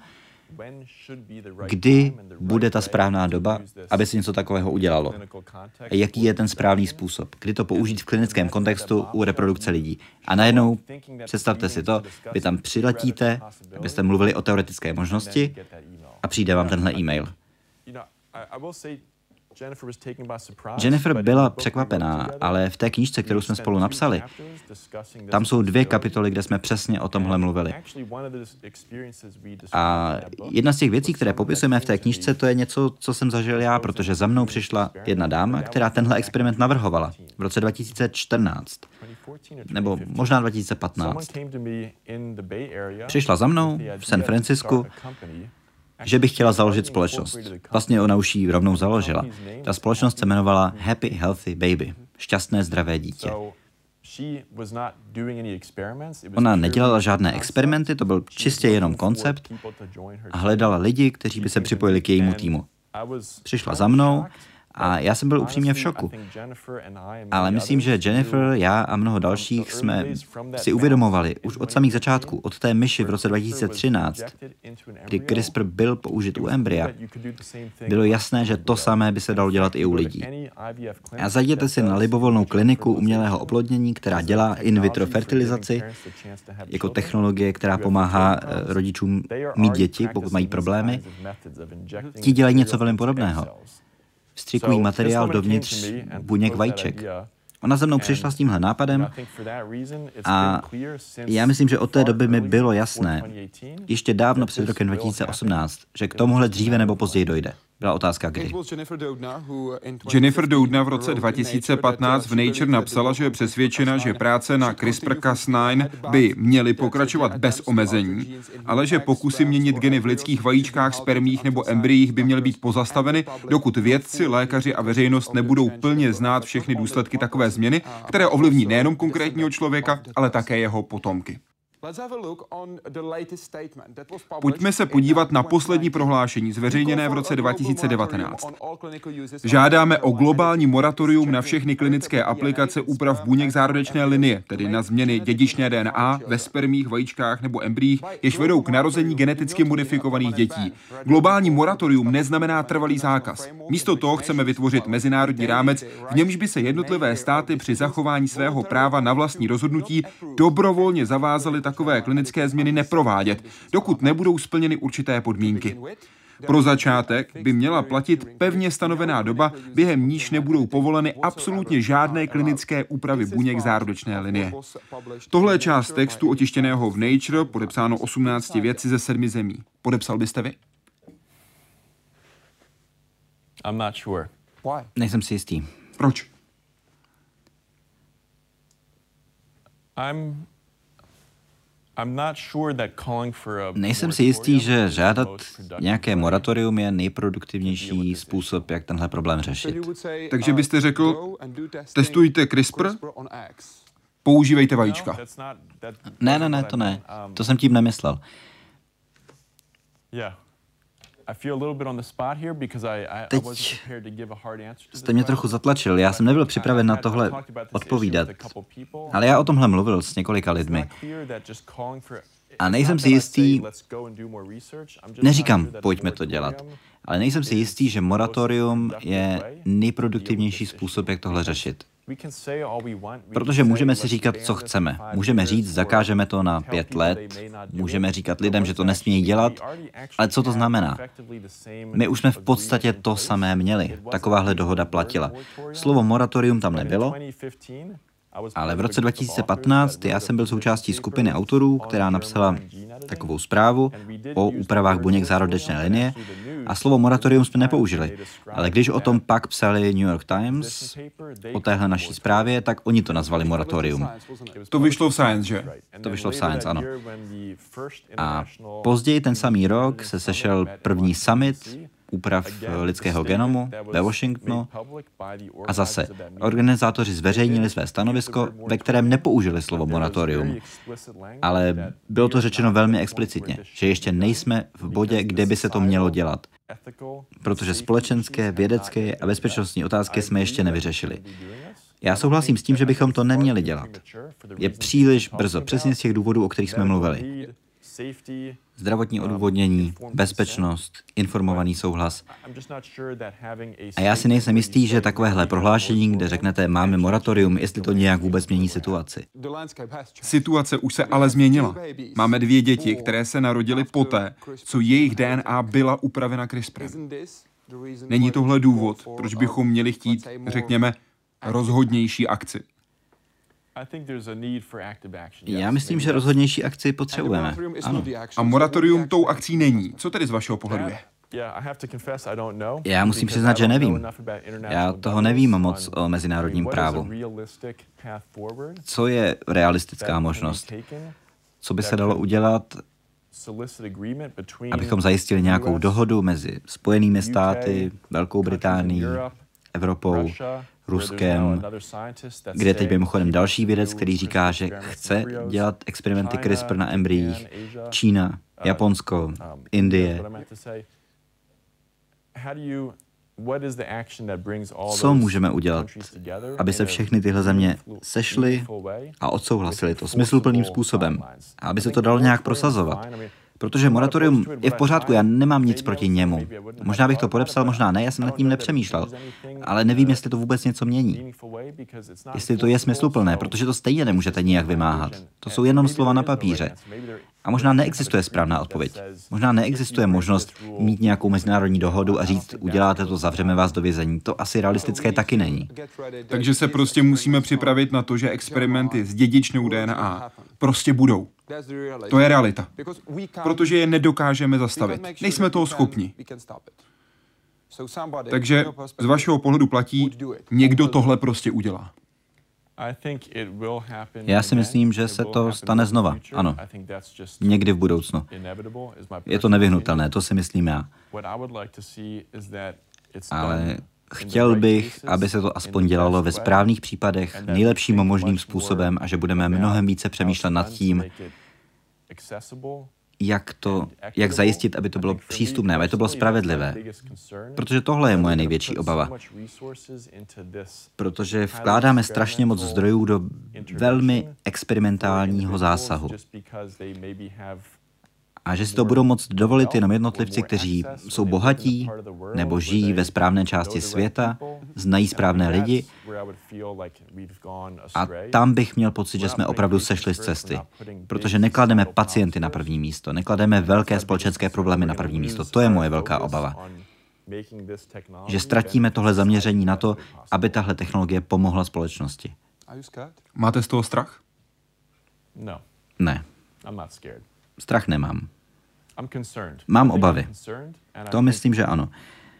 kdy bude ta správná doba, aby se něco takového udělalo. A jaký je ten správný způsob, kdy to použít v klinickém kontextu u reprodukce lidí. A najednou, představte si to, vy tam přiletíte, abyste mluvili o teoretické možnosti a přijde vám tenhle e-mail. Jennifer byla překvapená, ale v té knížce, kterou jsme spolu napsali, tam jsou 2 kapitoly, kde jsme přesně o tomhle mluvili. A jedna z těch věcí, které popisujeme v té knížce, to je něco, co jsem zažil já, protože za mnou přišla jedna dáma, která tenhle experiment navrhovala v roce 2014, nebo možná 2015. Přišla za mnou v San Francisku, že by chtěla založit společnost. Vlastně ona už ji rovnou založila. Ta společnost se jmenovala Happy Healthy Baby, šťastné zdravé dítě. Ona nedělala žádné experimenty, to byl čistě jenom koncept a hledala lidi, kteří by se připojili k jejímu týmu. Přišla za mnou a já jsem byl upřímně v šoku. Ale myslím, že Jennifer, já a mnoho dalších jsme si uvědomovali už od samých začátků, od té myši v roce 2013, kdy CRISPR byl použit u embrya, bylo jasné, že to samé by se dalo dělat i u lidí. A zajděte si na libovolnou kliniku umělého oplodnění, která dělá in vitro fertilizaci, jako technologie, která pomáhá rodičům mít děti, pokud mají problémy. Ti dělají něco velmi podobného. Vstřikují materiál dovnitř buněk vajíček. Ona za mnou přišla s tímhle nápadem a já myslím, že od té doby mi bylo jasné, ještě dávno před rokem 2018, že k tomuhle dříve nebo později dojde. Byla otázka, kdy. Jennifer Doudna v roce 2015 v Nature napsala, že je přesvědčena, že práce na CRISPR-Cas9 by měly pokračovat bez omezení, ale že pokusy měnit geny v lidských vajíčkách, spermích nebo embryích by měly být pozastaveny, dokud vědci, lékaři a veřejnost nebudou plně znát všechny důsledky takové změny, které ovlivní nejenom konkrétního člověka, ale také jeho potomky. Pojďme se podívat na poslední prohlášení zveřejněné v roce 2019. Žádáme o globální moratorium na všechny klinické aplikace úprav buněk zárodečné linie, tedy na změny dědičné DNA ve spermích, vajíčkách nebo embryích, jež vedou k narození geneticky modifikovaných dětí. Globální moratorium neznamená trvalý zákaz. Místo toho chceme vytvořit mezinárodní rámec, v němž by se jednotlivé státy při zachování svého práva na vlastní rozhodnutí dobrovolně zavázaly takové klinické změny neprovádět, dokud nebudou splněny určité podmínky. Pro začátek by měla platit pevně stanovená doba, během níž nebudou povoleny absolutně žádné klinické úpravy buněk zárodečné linie. Tohle je část textu otištěného v Nature, podepsáno 18 vědci ze 7 zemí. Podepsal byste vy? Nejsem si jistý. Proč? Nejsem si jistý, že žádat nějaké moratorium je nejproduktivnější způsob, jak tenhle problém řešit. Takže byste řekl, testujte CRISPR, používejte vajíčka. Ne, to ne. To jsem tím nemyslel. Teď jste mě trochu zatlačil, já jsem nebyl připraven na tohle odpovídat, ale já o tomhle mluvil s několika lidmi. A nejsem si jistý, neříkám, pojďme to dělat, ale nejsem si jistý, že moratorium je nejproduktivnější způsob, jak tohle řešit. Protože můžeme si říkat, co chceme. Můžeme říct, zakážeme to na 5 let, můžeme říkat lidem, že to nesmějí dělat, ale co to znamená? My už jsme v podstatě to samé měli. Takováhle dohoda platila. Slovo moratorium tam nebylo, ale v roce 2015 já jsem byl součástí skupiny autorů, která napsala takovou zprávu o úpravách buněk zárodečné linie a slovo moratorium jsme nepoužili. Ale když o tom pak psali New York Times, o téhle naší zprávě, tak oni to nazvali moratorium. To vyšlo v Science, že? To vyšlo v Science, ano. A později ten samý rok se sešel první summit úprav lidského genomu ve Washingtonu a zase organizátoři zveřejnili své stanovisko, ve kterém nepoužili slovo moratorium, ale bylo to řečeno velmi explicitně, že ještě nejsme v bodě, kde by se to mělo dělat, protože společenské, vědecké a bezpečnostní otázky jsme ještě nevyřešili. Já souhlasím s tím, že bychom to neměli dělat. Je příliš brzo, přesně z těch důvodů, o kterých jsme mluvili. Zdravotní odůvodnění, bezpečnost, informovaný souhlas. A já si nejsem jistý, že takovéhle prohlášení, kde řeknete máme moratorium, jestli to nějak vůbec mění situaci. Situace už se ale změnila. Máme 2 děti, které se narodily poté, co jejich DNA byla upravena CRISPRem. Není tohle důvod, proč bychom měli chtít, řekněme, rozhodnější akci? Já myslím, že rozhodnější akci potřebujeme. Ano. A moratorium tou akcí není. Co tedy z vašeho pohledu je? Já musím přiznat, že nevím. Já toho nevím moc o mezinárodním právu. Co je realistická možnost? Co by se dalo udělat, abychom zajistili nějakou dohodu mezi Spojenými státy, Velkou Británií, Evropou, Ruskem, kde teď mimochodem další vědec, který říká, že chce dělat experimenty CRISPR na embryích, Čína, Japonsko, Indie. Co můžeme udělat, aby se všechny tyhle země sešly a odsouhlasily to smysluplným způsobem, a aby se to dalo nějak prosazovat? Protože moratorium je v pořádku, já nemám nic proti němu. Možná bych to podepsal, možná ne, já jsem nad tím nepřemýšlel. Ale nevím, jestli to vůbec něco mění. Jestli to je smysluplné, protože to stejně nemůžete nijak vymáhat. To jsou jenom slova na papíře. A možná neexistuje správná odpověď. Možná neexistuje možnost mít nějakou mezinárodní dohodu a říct, uděláte to, zavřeme vás do vězení. To asi realistické taky není. Takže se prostě musíme připravit na to, že experimenty s dědičnou DNA prostě budou. To je realita. Protože je nedokážeme zastavit. Nejsme toho schopni. Takže z vašeho pohledu platí, někdo tohle prostě udělá. Já si myslím, že se to stane znova. Ano. Někdy v budoucnu. Je to nevyhnutelné, to si myslím já. Ale chtěl bych, aby se to aspoň dělalo ve správných případech nejlepším možným způsobem a že budeme mnohem více přemýšlet nad tím, jak zajistit, aby to bylo přístupné, aby to bylo spravedlivé. Protože tohle je moje největší obava. Protože vkládáme strašně moc zdrojů do velmi experimentálního zásahu. A že si to budou moct dovolit jenom jednotlivci, kteří jsou bohatí nebo žijí ve správné části světa, znají správné lidi. A tam bych měl pocit, že jsme opravdu sešli z cesty. Protože neklademe pacienty na první místo, neklademe velké společenské problémy na první místo. To je moje velká obava. Že ztratíme tohle zaměření na to, aby tahle technologie pomohla společnosti. Máte z toho strach? Ne. Strach nemám. Mám obavy. To myslím, že ano.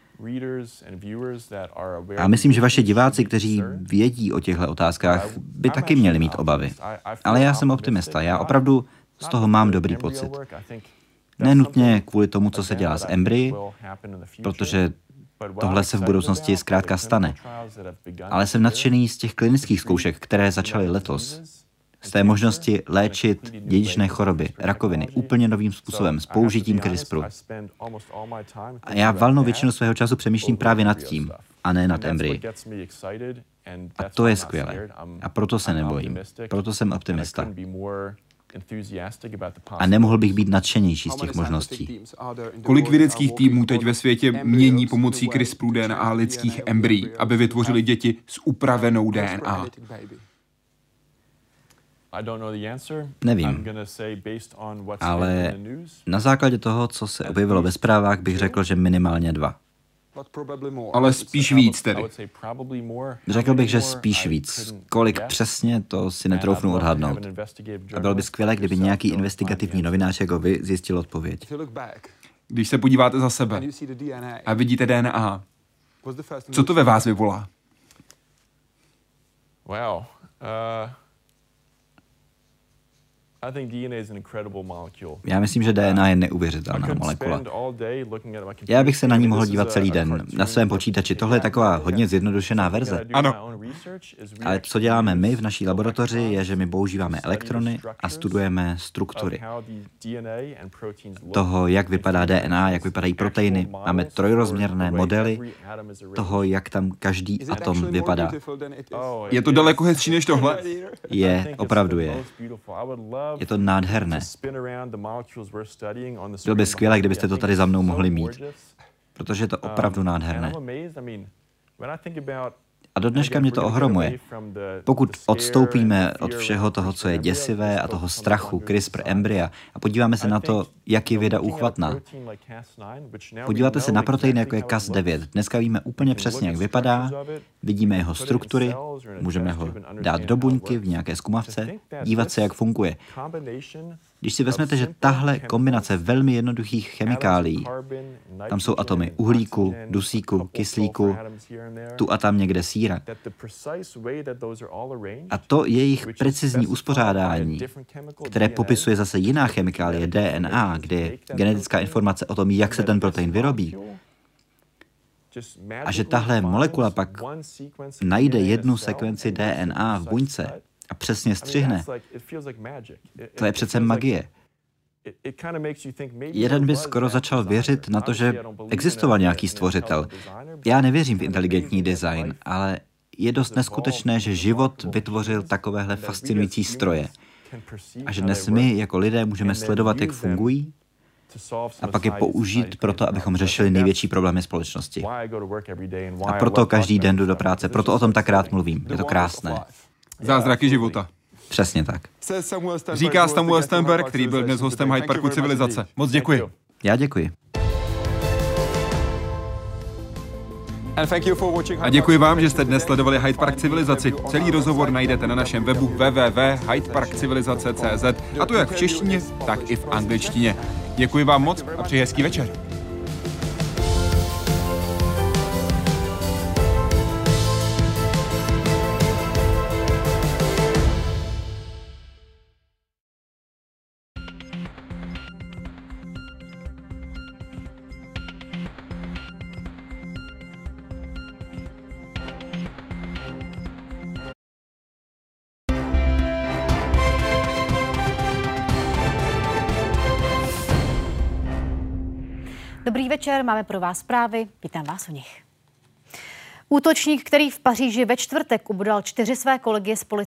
A myslím, že vaši diváci, kteří vědí o těchto otázkách, by taky měli mít obavy. Ale já jsem optimista. Já opravdu z toho mám dobrý pocit. Nenutně kvůli tomu, co se dělá s embryi, protože tohle se v budoucnosti zkrátka stane. Ale jsem nadšený z těch klinických zkoušek, které začaly letos. Z té možnosti léčit dědičné choroby, rakoviny úplně novým způsobem, s použitím CRISPRu. A já valnou většinu svého času přemýšlím právě nad tím, a ne nad embryi. A to je skvělé. A proto se nebojím. Proto jsem optimista. A nemohl bych být nadšenější z těch možností. Kolik vědeckých týmů teď ve světě mění pomocí CRISPRu DNA lidských embryí, aby vytvořili děti s upravenou DNA? Nevím, ale na základě toho, co se objevilo ve zprávách, bych řekl, že minimálně 2. Ale spíš víc tedy. Řekl bych, že spíš víc. Kolik přesně, to si netroufnu odhadnout. A bylo by skvělé, kdyby nějaký investigativní novinář jako vy zjistil odpověď. Když se podíváte za sebe a vidíte DNA, co to ve vás vyvolá? Já myslím, že DNA je neuvěřitelná molekula. Já bych se na ní mohl dívat celý den, na svém počítači. Tohle je taková hodně zjednodušená verze. Ano. Ale co děláme my v naší laboratoři, je, že my používáme elektrony a studujeme struktury toho, jak vypadá DNA, jak vypadají proteiny. Máme trojrozměrné modely toho, jak tam každý atom vypadá. Je to daleko hezčí než tohle? Je, opravdu je. Je to nádherné. Bylo by skvělé, kdybyste to tady za mnou mohli mít. Protože je to opravdu nádherné. A do dneška mě to ohromuje. Pokud odstoupíme od všeho toho, co je děsivé a toho strachu CRISPR embrya a podíváme se na to, jak je věda úchvatná. Podíváte se na protein, jako je Cas9. Dneska víme úplně přesně, jak vypadá, vidíme jeho struktury, můžeme ho dát do buňky v nějaké zkumavce, dívat se, jak funguje. Když si vezmete, že tahle kombinace velmi jednoduchých chemikálií, tam jsou atomy uhlíku, dusíku, kyslíku, tu a tam někde síra. A to jejich precizní uspořádání, které popisuje zase jiná chemikálie, DNA, kde je genetická informace o tom, jak se ten protein vyrobí. A že tahle molekula pak najde jednu sekvenci DNA v buňce a přesně střihne. To je přece magie. Jeden by skoro začal věřit na to, že existoval nějaký stvořitel. Já nevěřím v inteligentní design, ale je dost neskutečné, že život vytvořil takovéhle fascinující stroje. A že dnes my jako lidé můžeme sledovat, jak fungují, a pak je použít proto, abychom řešili největší problémy společnosti. A proto každý den jdu do práce, proto o tom tak rád mluvím. Je to krásné. Zázraky života. Přesně tak. Říká Samuel Stenberg, který byl dnes hostem Hyde Parku Civilizace. Moc děkuji. Já děkuji. A děkuji vám, že jste dnes sledovali Hyde Park Civilizaci. Celý rozhovor najdete na našem webu www.hydeparkcivilizace.cz, a to jak v češtině, tak i v angličtině. Děkuji vám moc a přeji hezký večer. Dobrý večer, máme pro vás zprávy, vítám vás u nich. Útočník, který v Paříži ve čtvrtek ubodal 4 své kolegy z policie,